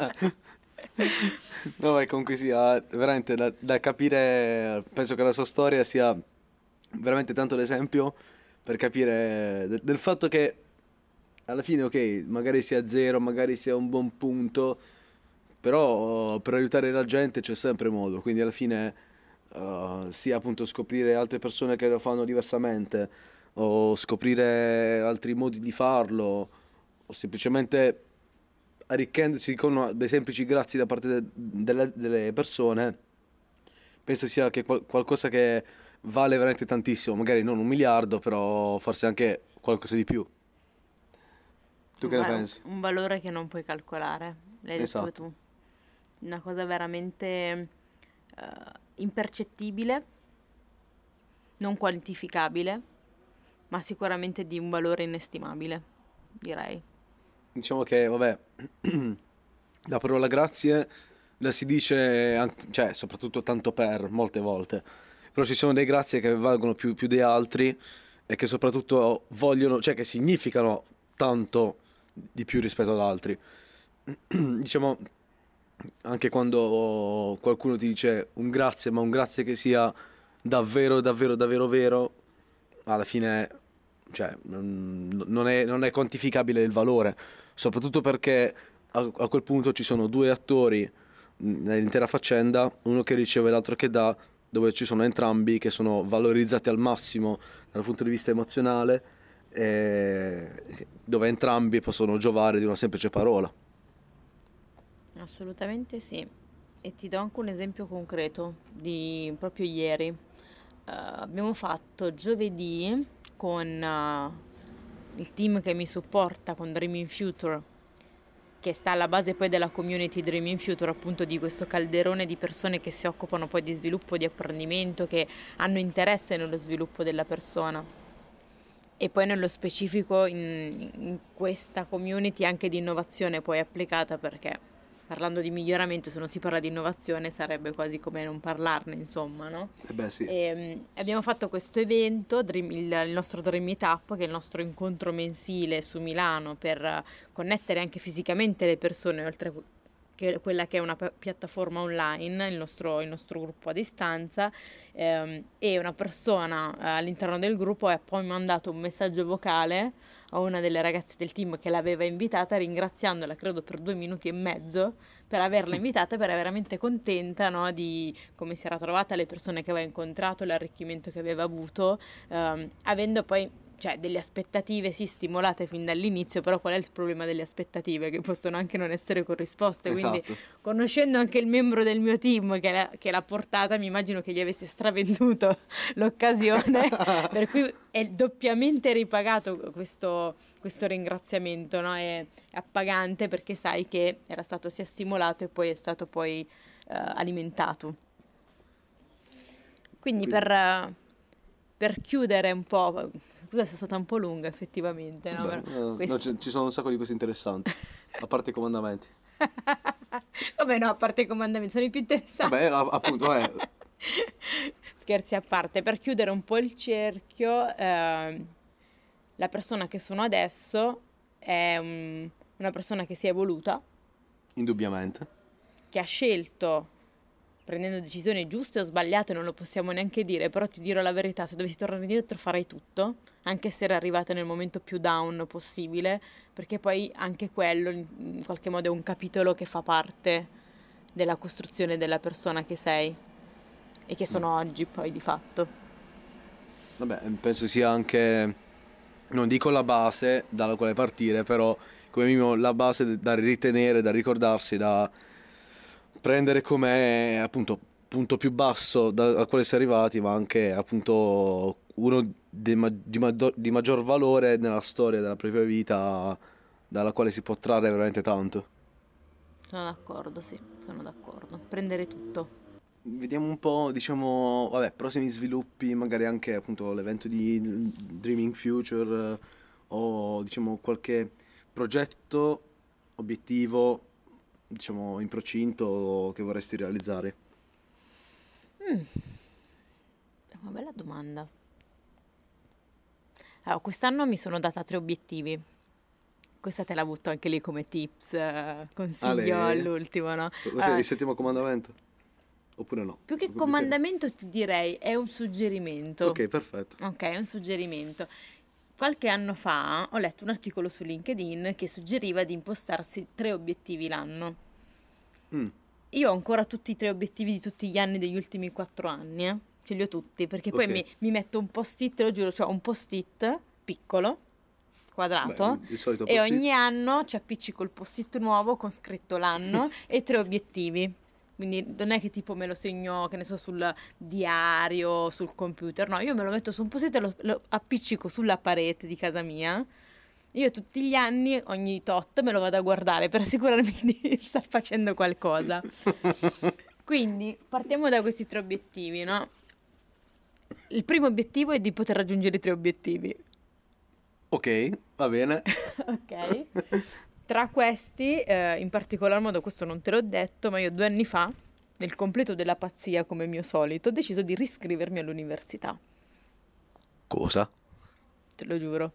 Vabbè, comunque sia, veramente da, da capire, penso che la sua storia sia veramente tanto l'esempio per capire de- del fatto che alla fine, ok, magari sia zero, magari sia un buon punto, però per aiutare la gente c'è sempre modo, quindi alla fine uh, sia appunto scoprire altre persone che lo fanno diversamente, o scoprire altri modi di farlo, o semplicemente arricchendosi con dei semplici grazie da parte de- delle, delle persone, penso sia che qual- qualcosa che vale veramente tantissimo, magari non un miliardo, però forse anche qualcosa di più. Tu che ne Un va- pensi? un valore che non puoi calcolare, l'hai detto Esatto. tu. Una cosa veramente eh, impercettibile, non quantificabile, ma sicuramente di un valore inestimabile, direi. Diciamo che, vabbè, la parola grazie la si dice, anche- cioè, soprattutto tanto per, molte volte. Però ci sono dei grazie che valgono più, più di altri e che soprattutto vogliono, cioè che significano tanto di più rispetto ad altri. Diciamo, anche quando qualcuno ti dice un grazie, ma un grazie che sia davvero, davvero, davvero vero, alla fine, cioè, non non è, non è quantificabile il valore, soprattutto perché a, a quel punto ci sono due attori nell'intera faccenda, uno che riceve e l'altro che dà, dove ci sono entrambi che sono valorizzati al massimo dal punto di vista emozionale, e dove entrambi possono giovare di una semplice parola. Assolutamente sì. E ti do anche un esempio concreto di proprio ieri. Eh, abbiamo fatto giovedì con eh, il team che mi supporta con Dreaming Future, che sta alla base poi della community Dreaming Future, appunto di questo calderone di persone che si occupano poi di sviluppo, di apprendimento, che hanno interesse nello sviluppo della persona. E poi nello specifico in, in questa community anche di innovazione poi applicata, perché parlando di miglioramento, se non si parla di innovazione sarebbe quasi come non parlarne, insomma, no? Eh beh sì. E, mm, abbiamo fatto questo evento, Dream- il, il nostro Dream Meetup, che è il nostro incontro mensile su Milano per eh, connettere anche fisicamente le persone, oltre che quella che è una pi- piattaforma online, il nostro, il nostro gruppo a distanza, ehm, e una persona eh, all'interno del gruppo ha poi mandato un messaggio vocale a una delle ragazze del team che l'aveva invitata, ringraziandola credo per due minuti e mezzo per averla invitata, per veramente contenta, no, di come si era trovata, le persone che aveva incontrato, l'arricchimento che aveva avuto, ehm, avendo poi cioè delle aspettative sì stimolate fin dall'inizio, però qual è il problema delle aspettative? Che possono anche non essere corrisposte, quindi Esatto. conoscendo anche il membro del mio team che l'ha, che l'ha portata, mi immagino che gli avesse stravenduto l'occasione, per cui è doppiamente ripagato questo, questo ringraziamento, no? È appagante perché sai che era stato sia stimolato e poi è stato poi eh, alimentato. Quindi per, eh, per chiudere un po', scusa se sono stata un po' lunga effettivamente, no? Beh, Però eh, questo- no, ci ci sono un sacco di cose interessanti, a parte i comandamenti. Vabbè no, a parte i comandamenti, sono i più interessanti. Vabbè, a- appunto, eh. scherzi a parte, per chiudere un po' il cerchio, eh, la persona che sono adesso è un- una persona che si è evoluta, Indubbiamente. che ha scelto, prendendo decisioni giuste o sbagliate, non lo possiamo neanche dire, però ti dirò la verità, se dovessi tornare indietro farei tutto, anche se era arrivata nel momento più down possibile, perché poi anche quello in in qualche modo è un capitolo che fa parte della costruzione della persona che sei e che sono oggi poi di fatto. Vabbè, penso sia anche, non dico la base dalla quale partire, però come minimo la base da ritenere, da ricordarsi, da prendere come appunto punto più basso da- al quale si è arrivati, ma anche appunto uno de- ma- di, maggior, di maggior valore nella storia della propria vita, dalla quale si può trarre veramente tanto. Sono d'accordo, sì, sono d'accordo. Prendere tutto. Vediamo un po', diciamo, vabbè, prossimi sviluppi, magari anche appunto l'evento di Dreaming Future, eh, o diciamo qualche progetto, obiettivo, diciamo, in procinto che vorresti realizzare. Mm, è una bella domanda. Allora, quest'anno mi sono data tre obiettivi. Questa te la butto anche lì come tips, eh, consiglio Ale, all'ultimo, no? questo è Allora, il settimo comandamento? Oppure no? più che comandamento ti direi è un suggerimento. Ok, perfetto. Ok, è un suggerimento. Qualche anno fa ho letto un articolo su LinkedIn che suggeriva di impostarsi tre obiettivi l'anno. Mm, Io ho ancora tutti i tre obiettivi di tutti gli anni degli ultimi quattro anni, eh. Ce li ho tutti, perché poi ok. mi, mi metto un post-it, te lo giuro, cioè un post-it piccolo, quadrato, Beh, il solito e post-it. ogni anno ci appiccico il post-it nuovo con scritto l'anno e tre obiettivi. Quindi non è che tipo me lo segno, che ne so, sul diario, sul computer, no, io me lo metto su un post-it e lo, lo appiccico sulla parete di casa mia. Io tutti gli anni, ogni tot, me lo vado a guardare per assicurarmi di star facendo qualcosa. Quindi partiamo da questi tre obiettivi, no? Il primo obiettivo è di poter raggiungere i tre obiettivi. Ok, va bene. Ok? Tra questi, eh, in particolar modo, questo non te l'ho detto, ma io due anni fa, nel completo della pazzia come mio solito, ho deciso di riscrivermi all'università. Cosa? Te lo giuro.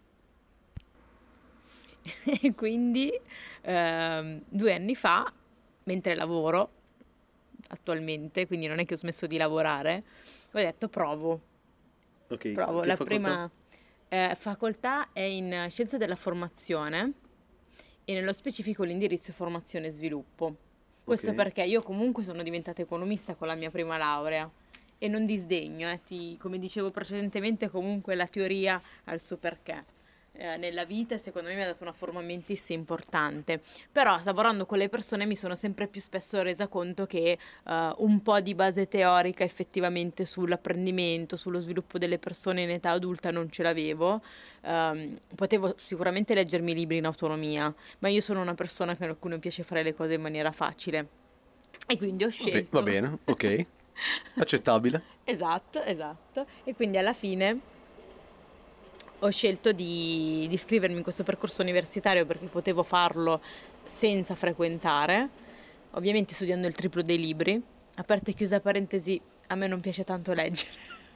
E quindi ehm, due anni fa, mentre lavoro attualmente, quindi non è che ho smesso di lavorare, ho detto provo, Ok, provo. che La facoltà? prima eh, facoltà è in Scienze della Formazione e nello specifico l'indirizzo formazione e sviluppo. Questo Ok. perché io comunque sono diventata economista con la mia prima laurea e non disdegno, eh, ti- come dicevo precedentemente, comunque la teoria ha il suo perché. Eh, nella vita e secondo me mi ha dato una forma mentis importante, però lavorando con le persone mi sono sempre più spesso resa conto che eh, un po' di base teorica effettivamente sull'apprendimento, sullo sviluppo delle persone in età adulta non ce l'avevo. Ehm, potevo sicuramente leggermi libri in autonomia, ma io sono una persona che a cui non piace fare le cose in maniera facile e quindi ho Va be- scelto. va bene, ok. Accettabile. Esatto, esatto. E quindi alla fine ho scelto di, di iscrivermi in questo percorso universitario perché potevo farlo senza frequentare, ovviamente studiando il triplo dei libri. Aperta e chiusa parentesi, a me non piace tanto leggere.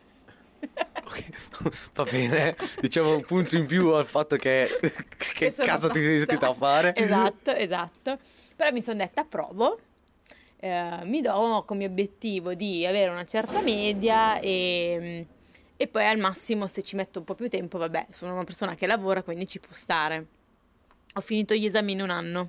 Ok, va bene. Diciamo un punto in più al fatto che che Che sono cazzo ti sei pazza. iscritta a fare? Esatto, esatto. Però mi sono detta, provo, eh, mi do come obiettivo di avere una certa media e, e poi al massimo se ci metto un po' più tempo, vabbè, sono una persona che lavora, quindi ci può stare. Ho finito gli esami in un anno.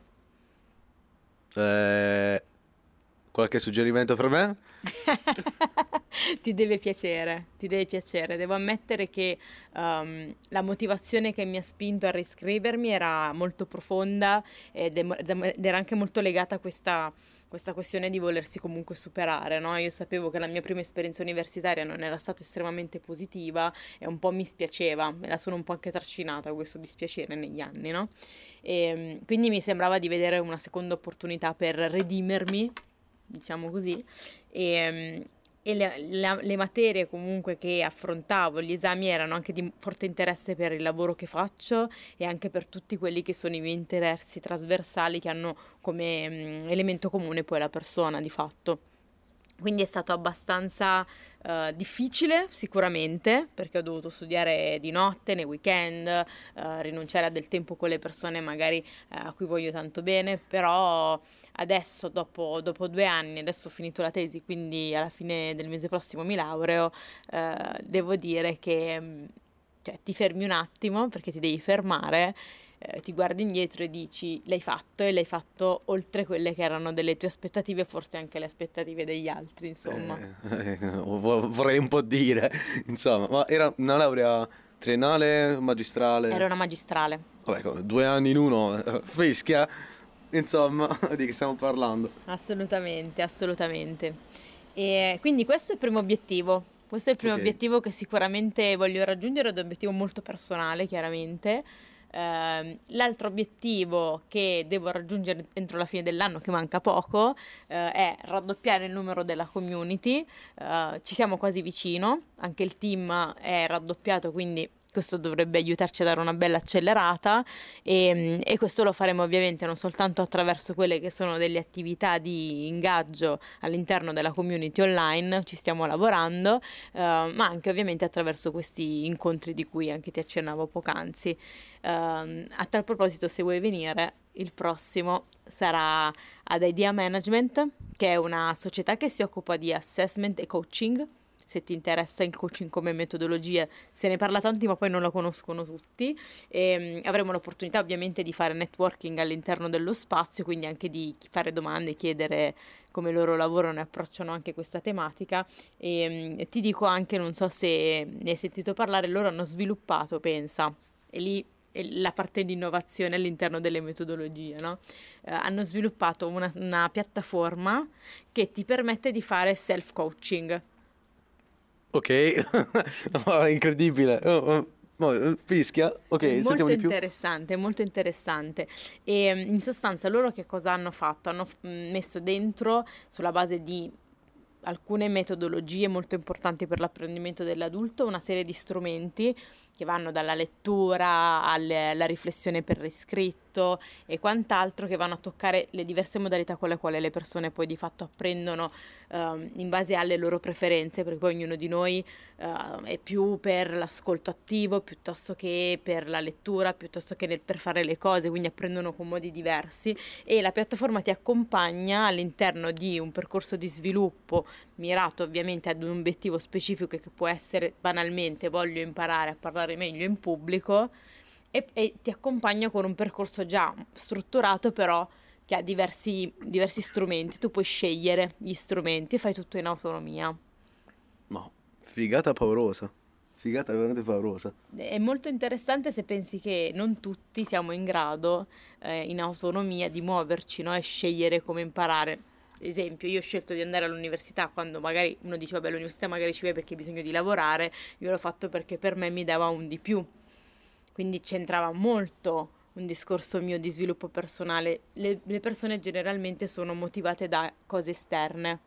Eh, qualche suggerimento per me? Ti deve piacere, ti deve piacere. Devo ammettere che um, la motivazione che mi ha spinto a riscrivermi era molto profonda ed è- ed era anche molto legata a questa, questa questione di volersi comunque superare, no? Io sapevo che la mia prima esperienza universitaria non era stata estremamente positiva e un po' mi spiaceva, me la sono un po' anche trascinata questo dispiacere negli anni, no? E, quindi mi sembrava di vedere una seconda opportunità per redimermi, diciamo così, e, e le, la- le materie comunque che affrontavo, gli esami erano anche di forte interesse per il lavoro che faccio e anche per tutti quelli che sono i miei interessi trasversali che hanno come mm, elemento comune poi la persona di fatto. Quindi è stato abbastanza uh, difficile sicuramente, perché ho dovuto studiare di notte, nei weekend, uh, rinunciare a del tempo con le persone magari uh, a cui voglio tanto bene, però adesso dopo, dopo due anni, adesso ho finito la tesi, quindi alla fine del mese prossimo mi laureo, uh, devo dire che mh, cioè, ti fermi un attimo perché ti devi fermare. Eh, ti guardi indietro e dici l'hai fatto e l'hai fatto oltre quelle che erano delle tue aspettative e forse anche le aspettative degli altri, insomma. Eh, eh, vorrei un po' dire, insomma, ma era una laurea triennale, magistrale? Era una magistrale. Vabbè, due anni in uno, fischia, insomma, di che stiamo parlando? Assolutamente, assolutamente. E quindi questo è il primo obiettivo. Questo è il primo Ok. obiettivo che sicuramente voglio raggiungere, è un obiettivo molto personale, chiaramente. Ehm, l'altro obiettivo che devo raggiungere entro la fine dell'anno, che manca poco, eh, è raddoppiare il numero della community. Eh, ci siamo quasi vicino, anche il team è raddoppiato, quindi questo dovrebbe aiutarci a dare una bella accelerata e, e questo lo faremo ovviamente non soltanto attraverso quelle che sono delle attività di ingaggio all'interno della community online, ci stiamo lavorando, eh, ma anche ovviamente attraverso questi incontri di cui anche ti accennavo poc'anzi. Um, a tal proposito, se vuoi venire, il prossimo sarà ad Idea Management, che è una società che si occupa di assessment e coaching. Se ti interessa il coaching come metodologia, se ne parla tanti ma poi non lo conoscono tutti. E, um, avremo l'opportunità ovviamente di fare networking all'interno dello spazio, quindi anche di fare domande, chiedere come loro lavorano e approcciano anche questa tematica. E, um, e ti dico anche, non so se ne hai sentito parlare, loro hanno sviluppato, pensa, e lì la parte di innovazione all'interno delle metodologie, no? Eh, hanno sviluppato una, una piattaforma che ti permette di fare self-coaching. Ok, oh, incredibile. Oh, oh, oh, fischia, ok, È molto sentiamo di più. interessante, molto interessante. E mm, in sostanza loro che cosa hanno fatto? Hanno mm, messo dentro, sulla base di alcune metodologie molto importanti per l'apprendimento dell'adulto, una serie di strumenti che vanno dalla lettura alle- alla riflessione per iscritto e quant'altro, che vanno a toccare le diverse modalità con le quali le persone poi di fatto apprendono ehm, in base alle loro preferenze, perché poi ognuno di noi eh, è più per l'ascolto attivo piuttosto che per la lettura, piuttosto che nel- per fare le cose, quindi apprendono con modi diversi e la piattaforma ti accompagna all'interno di un percorso di sviluppo mirato ovviamente ad un obiettivo specifico che può essere banalmente voglio imparare a parlare meglio in pubblico e, e ti accompagna con un percorso già strutturato però che ha diversi, diversi strumenti, tu puoi scegliere gli strumenti e fai tutto in autonomia. Ma figata paurosa, figata veramente paurosa. È molto interessante se pensi che non tutti siamo in grado eh, in autonomia di muoverci, no? E scegliere come imparare. Esempio, io ho scelto di andare all'università quando magari uno dice vabbè l'università magari ci vai perché hai bisogno di lavorare, io l'ho fatto perché per me mi dava un di più, quindi c'entrava molto un discorso mio di sviluppo personale. Le, le persone generalmente sono motivate da cose esterne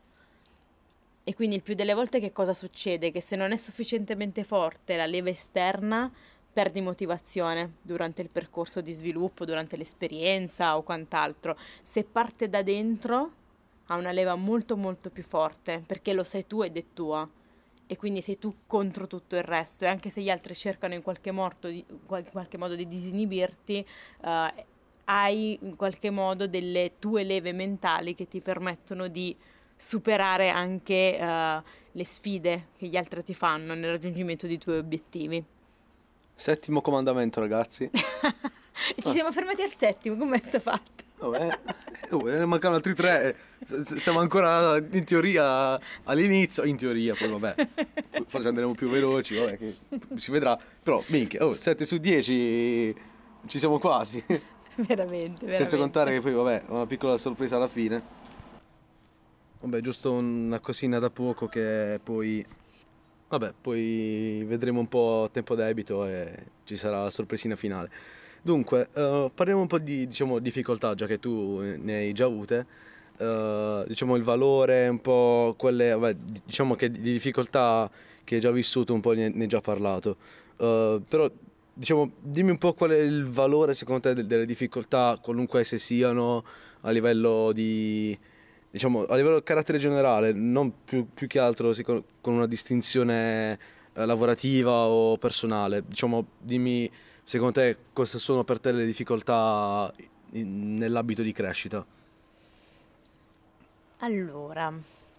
e quindi il più delle volte che cosa succede? Che se non è sufficientemente forte la leva esterna, perdi motivazione durante il percorso di sviluppo, durante l'esperienza o quant'altro. Se parte da dentro, ha una leva molto molto più forte, perché lo sai tu ed è tua. E quindi sei tu contro tutto il resto. E anche se gli altri cercano in qualche modo di, in qualche modo di disinibirti, eh, hai in qualche modo delle tue leve mentali che ti permettono di superare anche eh, le sfide che gli altri ti fanno nel raggiungimento dei tuoi obiettivi. Settimo comandamento, ragazzi. E ci siamo fermati al settimo, com'è sta fatto? Vabbè, oh, ne mancano altri tre. S- s- Stiamo ancora in teoria all'inizio. In teoria, poi vabbè, forse andremo più veloci. Vabbè, che si vedrà. Però, minchia, oh, sette su dieci ci siamo quasi. Veramente, veramente. Senza contare che poi, vabbè, una piccola sorpresa alla fine. Vabbè, giusto una cosina da poco che poi. Vabbè, poi vedremo un po' a tempo debito e ci sarà la sorpresina finale. Dunque, eh, parliamo un po' di, diciamo, difficoltà, già che tu ne hai già avute. Eh, diciamo il valore, un po' quelle, vabbè, di- diciamo che di difficoltà che hai già vissuto un po' ne, ne hai già parlato. Eh, però, diciamo, dimmi un po' qual è il valore secondo te del- delle difficoltà, qualunque esse siano, a livello di, diciamo, a livello di carattere generale, non più, più che altro sì, con, con una distinzione eh, lavorativa o personale. Diciamo, dimmi, secondo te, cosa sono per te le difficoltà in- nell'ambito di crescita? Allora,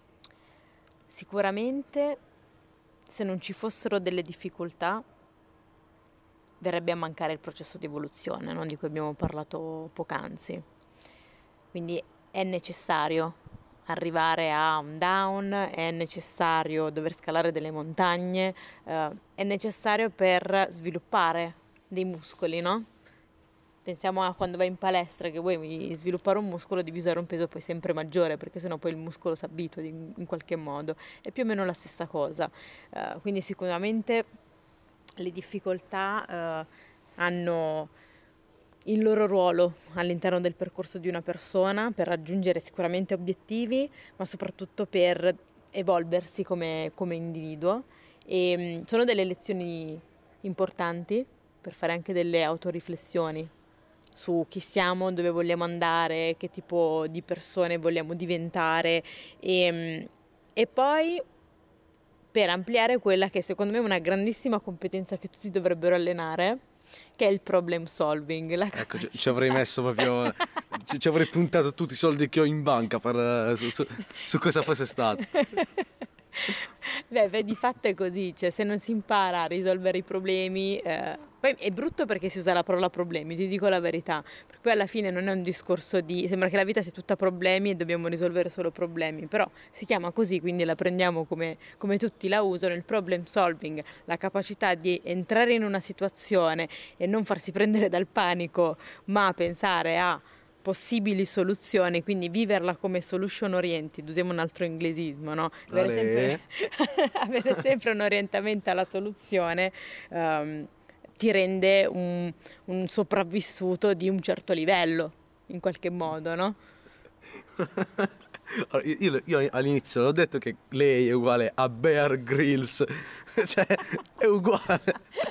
sicuramente se non ci fossero delle difficoltà verrebbe a mancare il processo di evoluzione, no? Di cui abbiamo parlato poc'anzi. Quindi è necessario arrivare a un down, è necessario dover scalare delle montagne, eh, è necessario per sviluppare dei muscoli, no? Pensiamo a quando vai in palestra che vuoi sviluppare un muscolo, devi usare un peso poi sempre maggiore perché sennò poi il muscolo si abitua in, in qualche modo. È più o meno la stessa cosa. Eh, quindi sicuramente le difficoltà eh, hanno il loro ruolo all'interno del percorso di una persona per raggiungere sicuramente obiettivi, ma soprattutto per evolversi come, come individuo. E mh, sono delle lezioni importanti per fare anche delle autoriflessioni su chi siamo, dove vogliamo andare, che tipo di persone vogliamo diventare e, mh, e poi per ampliare quella che secondo me è una grandissima competenza che tutti dovrebbero allenare, che è il problem solving. La Ecco, ci, capacità- ci avrei messo proprio, ci, ci avrei puntato tutti i soldi che ho in banca per, eh, su, su- su cosa fosse stato. Beh, beh, di fatto è così, cioè se non si impara a risolvere i problemi, eh, poi è brutto perché si usa la parola problemi, ti dico la verità, perché poi alla fine non è un discorso di, sembra che la vita sia tutta problemi e dobbiamo risolvere solo problemi, però si chiama così, quindi la prendiamo come, come tutti la usano, il problem solving, la capacità di entrare in una situazione e non farsi prendere dal panico, ma pensare a possibili soluzioni, quindi viverla come solution oriented, usiamo un altro inglesismo, no? Avere Ale. sempre, avere sempre un orientamento alla soluzione ehm, ti rende un, un sopravvissuto di un certo livello, in qualche modo, no? Allora, io, io- io all'inizio l'ho detto che lei è uguale a Bear Grylls, cioè è uguale.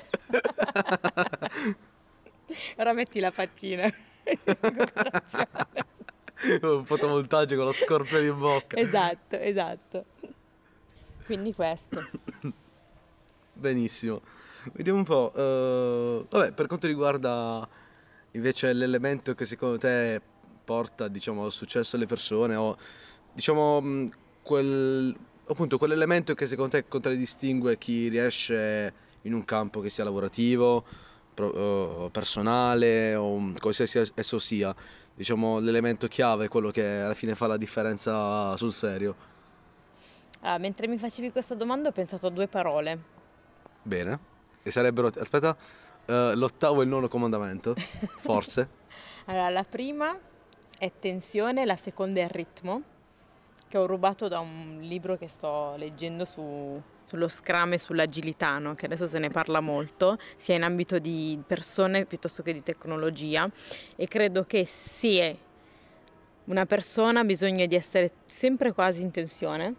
Ora metti la faccina. in comparazione. Un fotomontaggio con lo scorpione in bocca. Esatto, esatto. Quindi questo. Benissimo. Vediamo un po'. eh, vabbè, per quanto riguarda invece l'elemento che secondo te porta, diciamo, al successo alle persone, o diciamo mh, quel, appunto, quell'elemento che secondo te contraddistingue chi riesce in un campo che sia lavorativo, pro- eh, personale o mh, qualsiasi esso sia, diciamo, l'elemento chiave, quello che alla fine fa la differenza sul serio. Allora, mentre mi facevi questa domanda ho pensato a due parole. Bene. E sarebbero, aspetta, eh, l'ottavo e il nono comandamento, forse. Allora, la prima è tensione, la seconda è ritmo, che ho rubato da un libro che sto leggendo su- sullo Scrum e sull'agilità, no? Che adesso se ne parla molto, sia in ambito di persone piuttosto che di tecnologia, e credo che se una persona ha bisogno di essere sempre quasi in tensione,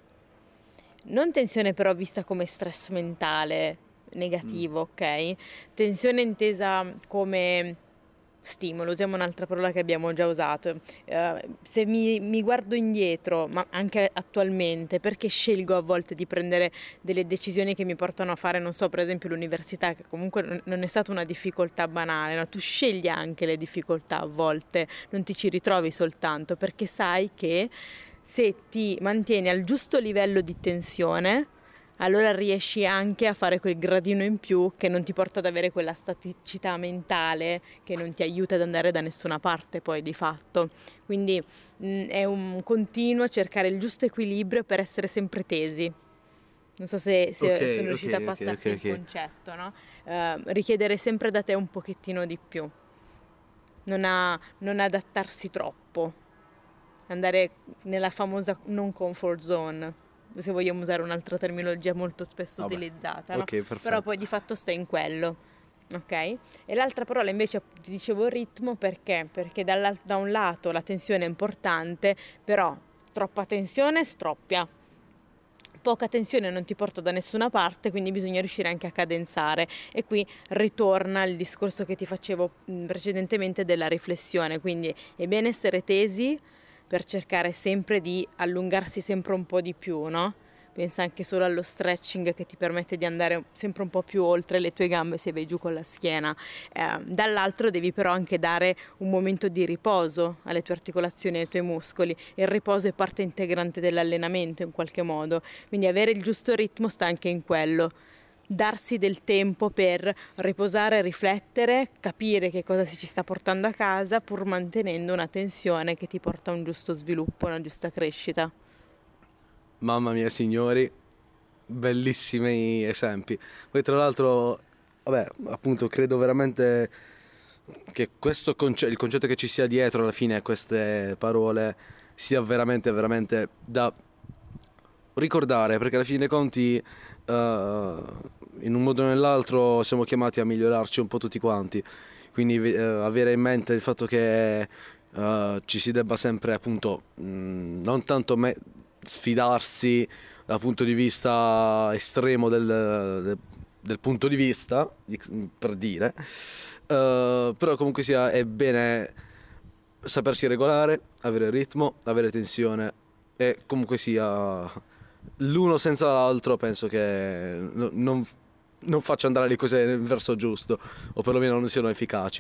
non tensione però vista come stress mentale negativo, ok? Tensione intesa come stimolo, usiamo un'altra parola che abbiamo già usato. Eh, se mi, mi guardo indietro, ma anche attualmente, perché scelgo a volte di prendere delle decisioni che mi portano a fare, non so, per esempio l'università, che comunque non- non è stata una difficoltà banale, no? Tu scegli anche le difficoltà a volte, non ti ci ritrovi soltanto, perché sai che se ti mantieni al giusto livello di tensione, allora riesci anche a fare quel gradino in più che non ti porta ad avere quella staticità mentale che non ti aiuta ad andare da nessuna parte poi di fatto. Quindi mh, è un continuo cercare il giusto equilibrio per essere sempre tesi. Non so se, se Ok, sono riuscita ok, a ok, passarti ok, il ok. concetto, no? Eh, richiedere sempre da te un pochettino di più, non, a- non adattarsi troppo, andare nella famosa non comfort zone, se vogliamo usare un'altra terminologia molto spesso Vabbè, utilizzata, no? ok, Però perfetto. poi di fatto stai in quello, ok? E l'altra parola invece ti dicevo ritmo perché? Perché dalla- da un lato la tensione è importante, però troppa tensione stroppia. Poca tensione non ti porta da nessuna parte, quindi bisogna riuscire anche a cadenzare. E qui ritorna il discorso che ti facevo mh, precedentemente della riflessione. Quindi è bene essere tesi, per cercare sempre di allungarsi sempre un po' di più, no? Pensa anche solo allo stretching che ti permette di andare sempre un po' più oltre le tue gambe se vai giù con la schiena. Eh, dall'altro devi però anche dare un momento di riposo alle tue articolazioni e ai tuoi muscoli. Il riposo è parte integrante dell'allenamento in qualche modo, quindi avere il giusto ritmo sta anche in quello. Darsi del tempo per riposare, riflettere, capire che cosa si ci sta portando a casa, pur mantenendo una tensione che ti porta a un giusto sviluppo, una giusta crescita. Mamma mia, signori, bellissimi esempi. Poi tra l'altro, vabbè, appunto, credo veramente che questo concetto, il concetto che ci sia dietro alla fine a queste parole sia veramente, veramente da ricordare, perché alla fine dei conti, uh, in un modo o nell'altro, siamo chiamati a migliorarci un po' tutti quanti. Quindi uh, avere in mente il fatto che uh, ci si debba sempre, appunto, mh, non tanto me- sfidarsi dal punto di vista estremo del, del, del punto di vista, per dire, uh, però comunque sia è bene sapersi regolare, avere ritmo, avere tensione e comunque sia l'uno senza l'altro penso che no, non, non faccia andare le cose nel verso giusto o perlomeno non siano efficaci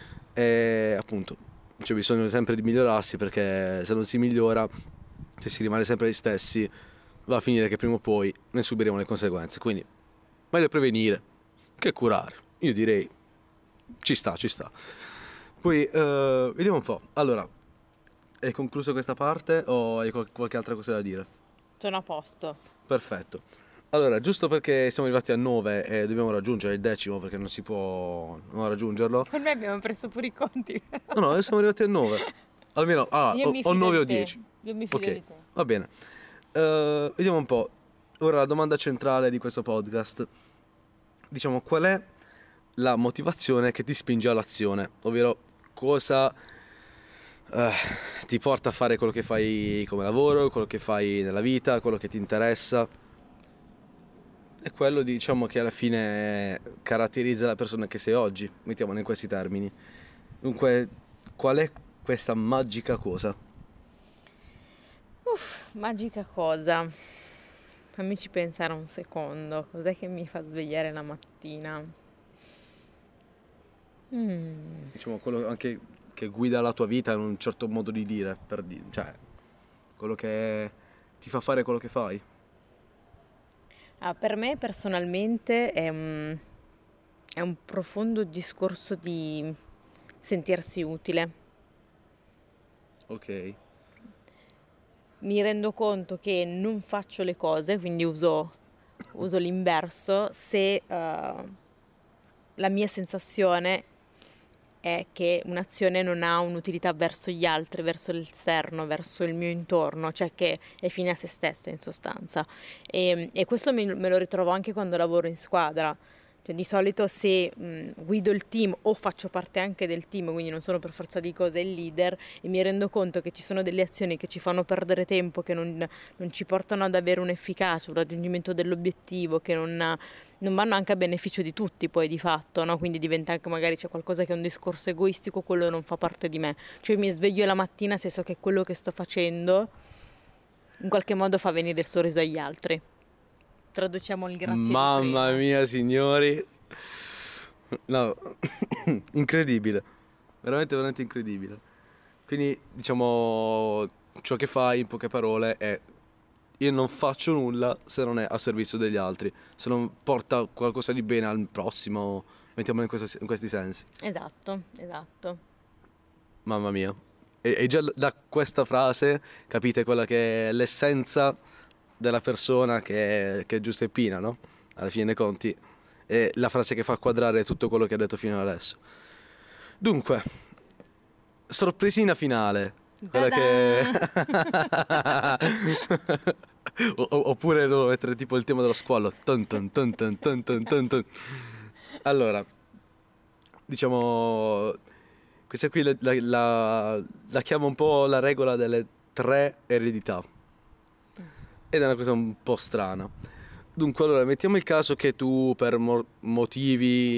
e appunto c'è bisogno sempre di migliorarsi, perché se non si migliora, se si rimane sempre gli stessi, va a finire che prima o poi ne subiremo le conseguenze. Quindi meglio prevenire che curare. Io direi ci sta, ci sta. Poi uh, vediamo un po'. Allora, hai concluso questa parte o hai qual- qualche altra cosa da dire? Sono a posto. Perfetto. Allora, giusto perché siamo arrivati a nove e dobbiamo raggiungere il decimo, perché non si può non raggiungerlo. Per me abbiamo preso pure i conti. No, no, siamo arrivati a nove. Almeno ah, Io o, mi o fido nove di o te. dieci. Io mi fido Ok, di te. va bene. Uh, vediamo un po'. Ora la domanda centrale di questo podcast. Diciamo, qual è la motivazione che ti spinge all'azione? Ovvero, cosa uh, ti porta a fare quello che fai come lavoro, quello che fai nella vita, quello che ti interessa? È quello, diciamo, che alla fine caratterizza la persona che sei oggi, mettiamolo in questi termini. Dunque, qual è questa magica cosa? Uff, magica cosa. Fammici pensare un secondo. Cos'è che mi fa svegliare la mattina? Mm. Diciamo, quello anche che guida la tua vita in un certo modo di dire, per dire, cioè, quello che ti fa fare quello che fai. Ah, per me personalmente è un, è un profondo discorso di sentirsi utile. Ok. Mi rendo conto che non faccio le cose, quindi uso, uso l'inverso, se uh, la mia sensazione è che un'azione non ha un'utilità verso gli altri, verso l'esterno, verso il mio intorno, cioè che è fine a se stessa in sostanza. E, e questo me, me lo ritrovo anche quando lavoro in squadra. Cioè, di solito se mh, guido il team o faccio parte anche del team, quindi non sono per forza di cose il leader, e mi rendo conto che ci sono delle azioni che ci fanno perdere tempo, che non, non ci portano ad avere un'efficacia, un raggiungimento dell'obiettivo, che non, non vanno anche a beneficio di tutti poi di fatto, no? Quindi diventa anche magari c'è qualcosa che è un discorso egoistico, quello non fa parte di me. Cioè mi sveglio la mattina se so che quello che sto facendo in qualche modo fa venire il sorriso agli altri. Traduciamo il grazie Mamma di mia, signori. No, incredibile. Veramente, veramente incredibile. Quindi, diciamo, ciò che fai in poche parole è: io non faccio nulla se non è a servizio degli altri, se non porta qualcosa di bene al prossimo, mettiamolo in, questo, in questi sensi. Esatto, esatto. Mamma mia. E, e già da questa frase capite quella che è l'essenza della persona che è, che è Giuseppina, no? Alla fine dei conti è la frase che fa quadrare tutto quello che ha detto fino ad adesso. Dunque, sorpresina finale, quella che o- oppure devo mettere tipo il tema dello squallo. Tun tun tun tun tun tun tun tun. Allora, diciamo, questa qui la, la, la, la chiamo un po' la regola delle tre eredità. Ed è una cosa un po' strana. Dunque, allora, mettiamo il caso che tu per mo-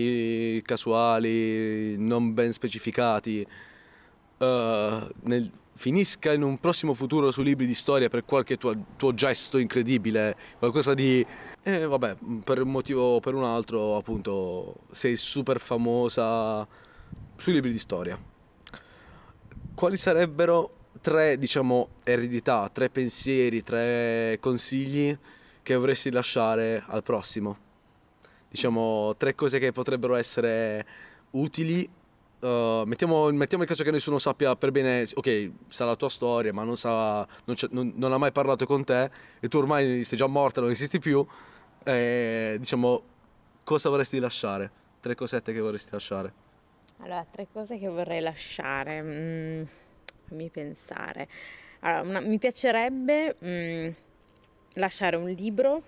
motivi casuali, non ben specificati, uh, nel, finisca in un prossimo futuro su libri di storia per qualche tuo, tuo gesto incredibile, qualcosa di... Eh, vabbè, per un motivo o per un altro, appunto, sei super famosa sui libri di storia. Quali sarebbero tre, diciamo, eredità, tre pensieri, tre consigli che vorresti lasciare al prossimo? Diciamo, tre cose che potrebbero essere utili. Uh, mettiamo, mettiamo il caso che nessuno sappia per bene, ok, sa la tua storia, ma non, sa, non, non, non ha mai parlato con te e tu ormai sei già morta, non esisti più. Eh, diciamo, cosa vorresti lasciare? Tre cosette che vorresti lasciare? Allora, tre cose che vorrei lasciare. Mm, fammi pensare. Allora, una- mi piacerebbe mm, lasciare un libro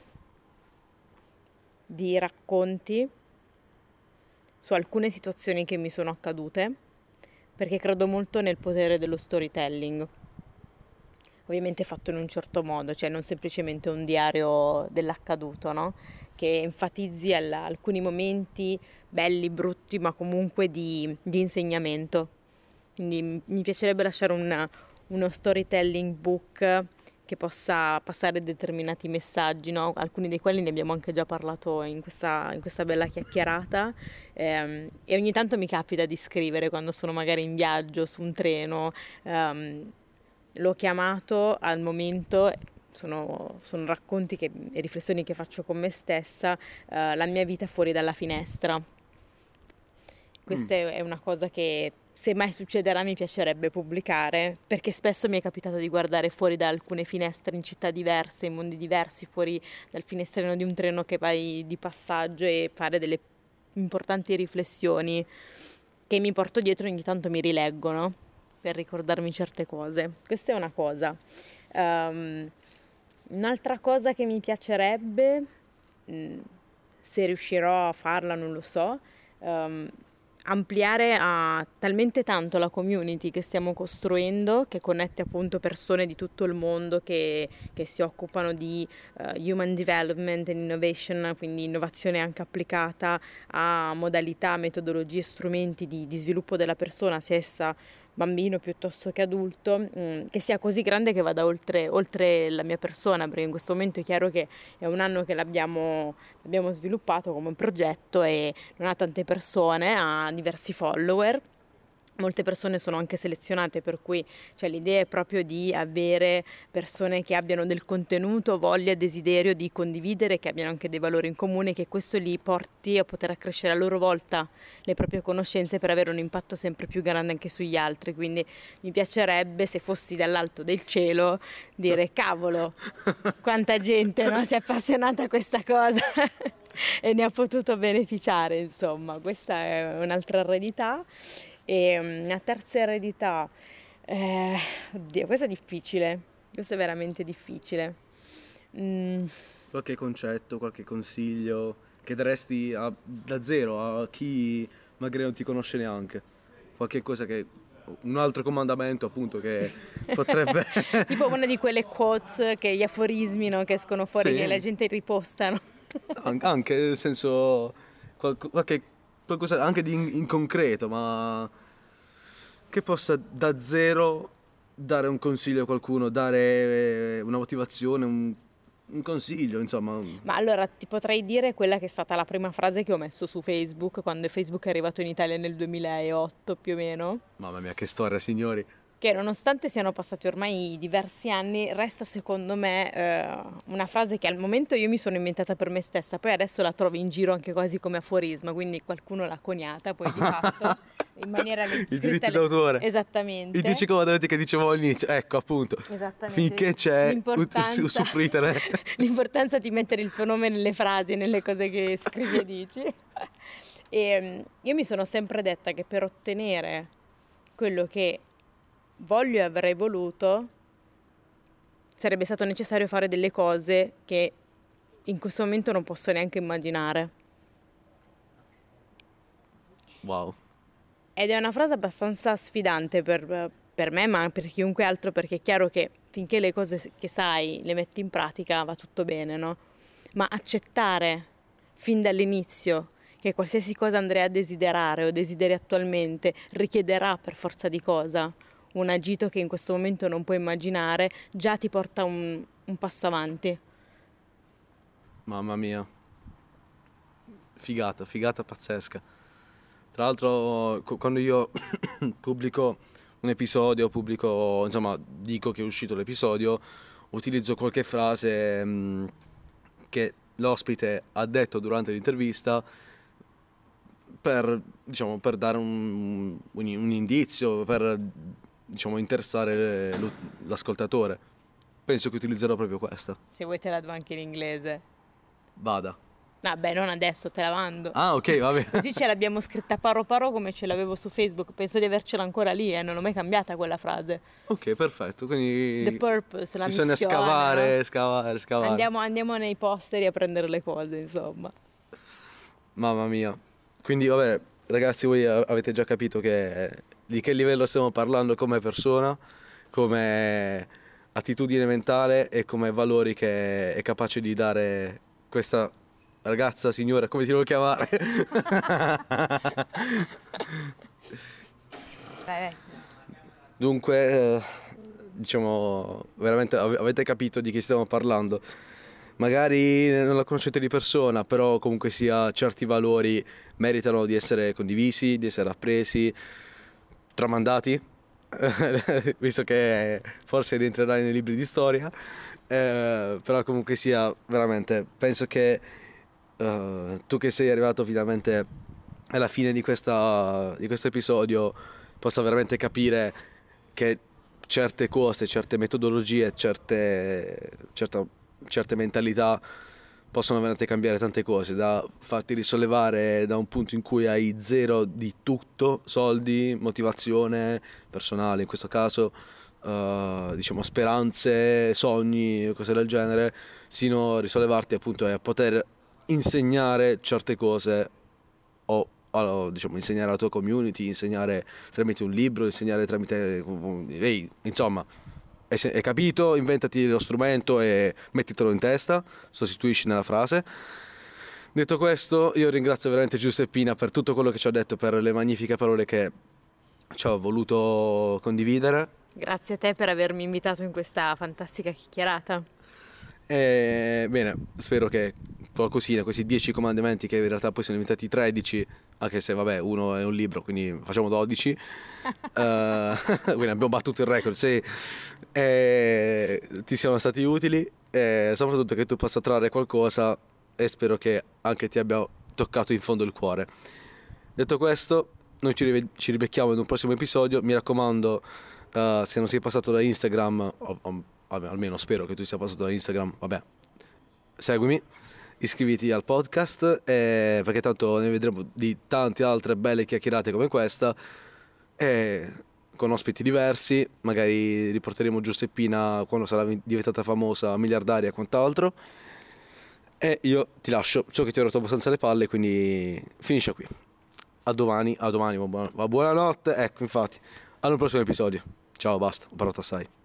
di racconti su alcune situazioni che mi sono accadute, perché credo molto nel potere dello storytelling. Ovviamente fatto in un certo modo, cioè non semplicemente un diario dell'accaduto, no? Che enfatizzi al- alcuni momenti belli, brutti, ma comunque di, di insegnamento. Quindi m- mi piacerebbe lasciare un- uno storytelling book che possa passare determinati messaggi, no? Alcuni dei quali ne abbiamo anche già parlato in questa, in questa bella chiacchierata. Ehm, e ogni tanto mi capita di scrivere quando sono magari in viaggio, su un treno. ehm, L'ho chiamato al momento, sono, sono racconti che- e riflessioni che faccio con me stessa, eh, la mia vita fuori dalla finestra. Questa è è una cosa che se mai succederà mi piacerebbe pubblicare, perché spesso mi è capitato di guardare fuori da alcune finestre in città diverse, in mondi diversi, fuori dal finestrino di un treno che vai di passaggio e fare delle importanti riflessioni che mi porto dietro e ogni tanto mi rileggono per ricordarmi certe cose. Questa è una cosa. Ehm, un'altra cosa che mi piacerebbe, mh, se riuscirò a farla non lo so, ehm, ampliare a talmente tanto la community che stiamo costruendo, che connette appunto persone di tutto il mondo che, che si occupano di eh, human development and innovation, quindi innovazione anche applicata a modalità, metodologie, strumenti di, di sviluppo della persona, sia essa bambino piuttosto che adulto, mh, che sia così grande che vada oltre, oltre la mia persona, perché in questo momento è chiaro che è un anno che l'abbiamo, l'abbiamo sviluppato come progetto e non ha tante persone, ha diversi follower. Molte persone sono anche selezionate, per cui cioè, l'idea è proprio di avere persone che abbiano del contenuto, voglia, desiderio di condividere, che abbiano anche dei valori in comune, che questo li porti a poter accrescere a loro volta le proprie conoscenze per avere un impatto sempre più grande anche sugli altri. Quindi mi piacerebbe, se fossi dall'alto del cielo, dire cavolo, quanta gente, no, si è appassionata a questa cosa e ne ha potuto beneficiare, insomma. Questa è un'altra eredità. E mm, una terza eredità, eh, oddio, questa è difficile, questo è veramente difficile. Mm, Qualche concetto, qualche consiglio che daresti a- da zero a chi magari non ti conosce neanche? Qualche cosa che... Un altro comandamento appunto che potrebbe... tipo una di quelle quotes, che gli aforismi, no, che escono fuori, Sì. che la gente ripostano. An- anche nel senso qual- qualche qualcosa anche di in, in concreto, ma che possa da zero dare un consiglio a qualcuno, dare eh, una motivazione, un, un consiglio, insomma. Ma allora ti potrei dire quella che è stata la prima frase che ho messo su Facebook quando Facebook è arrivato in Italia nel duemilaotto più o meno. Mamma mia, che storia, signori. Che nonostante siano passati ormai diversi anni, resta secondo me eh, una frase che al momento io mi sono inventata per me stessa, poi adesso la trovo in giro anche quasi come aforisma, quindi qualcuno l'ha coniata, poi di fatto in maniera le- I scritta diritti le- d'autore. Esattamente. I dieci comandamenti che dicevo all'inizio, ecco appunto. Esattamente. Finché c'è, L'importanza- usufruitene. L'importanza di mettere il tuo nome nelle frasi e nelle cose che scrivi e dici. E mm, io mi sono sempre detta che per ottenere quello che voglio e avrei voluto, sarebbe stato necessario fare delle cose che in questo momento non posso neanche immaginare. Wow. Ed è una frase abbastanza sfidante per, per me, ma per chiunque altro, perché è chiaro che finché le cose che sai le metti in pratica va tutto bene, no? Ma accettare fin dall'inizio che qualsiasi cosa andrei a desiderare o desideri attualmente richiederà per forza di cosa un agito che in questo momento non puoi immaginare, già ti porta un, un passo avanti. Mamma mia, figata, figata pazzesca. Tra l'altro quando io pubblico un episodio, pubblico, insomma, dico che è uscito l'episodio, utilizzo qualche frase mh, che l'ospite ha detto durante l'intervista per, diciamo, per dare un, un, un indizio, per, diciamo, interessare l'ascoltatore. Penso che utilizzerò proprio questa. Se vuoi te la do anche in inglese. Vada. Vabbè, non adesso, te la mando. Ah, ok, va bene. Così ce l'abbiamo scritta paro paro come ce l'avevo su Facebook. Penso di avercela ancora lì, eh. Non l'ho mai cambiata quella frase. Ok, perfetto. Quindi The purpose, la bisogna missione. scavare, No? scavare, scavare. Andiamo, andiamo nei posteri a prendere le cose, insomma. Mamma mia. Quindi, vabbè, ragazzi, voi avete già capito che di che livello stiamo parlando come persona, come attitudine mentale e come valori che è capace di dare questa ragazza, signora, come ti devo chiamare? Vai, vai. Dunque, eh, diciamo, veramente avete capito di chi stiamo parlando. Magari non la conoscete di persona, però comunque sia certi valori meritano di essere condivisi, di essere appresi, tramandati, visto che forse rientrerà nei libri di storia, eh, però comunque sia veramente, penso che uh, tu che sei arrivato finalmente alla fine di, questa, di questo episodio possa veramente capire che certe cose, certe metodologie, certe, certa, certe mentalità possono veramente cambiare tante cose, da farti risollevare da un punto in cui hai zero di tutto, soldi, motivazione personale in questo caso, uh, diciamo speranze, sogni, cose del genere, sino a risollevarti appunto e a poter insegnare certe cose o allora, diciamo, insegnare alla tua community, insegnare tramite un libro, insegnare tramite, ehi, insomma, hai capito? Inventati lo strumento e mettitelo in testa, sostituisci nella frase. Detto questo, io ringrazio veramente Giuseppina per tutto quello che ci ha detto, per le magnifiche parole che ci ha voluto condividere. Grazie a te per avermi invitato in questa fantastica chiacchierata. E, bene, spero che qualcosina, questi dieci comandamenti, che in realtà poi sono diventati tredici, anche se vabbè, uno è un libro, quindi facciamo dodici, uh, quindi abbiamo battuto il record, sì. E ti siano stati utili e soprattutto che tu possa trarre qualcosa, e spero che anche ti abbia toccato in fondo il cuore. Detto questo, noi ci, rive- ci ribecchiamo in un prossimo episodio. Mi raccomando, uh, se non sei passato da Instagram, o, o, vabbè, almeno spero che tu sia passato da Instagram, vabbè, seguimi, iscriviti al podcast, eh, perché tanto ne vedremo di tante altre belle chiacchierate come questa, e con ospiti diversi. Magari riporteremo Giuseppina quando sarà diventata famosa, miliardaria e quant'altro. E io ti lascio, so che ti ho rotto abbastanza le palle, quindi finisce qui. A domani, a domani, buona, buonanotte, ecco, infatti, al prossimo episodio. Ciao, basta, ho parlato assai.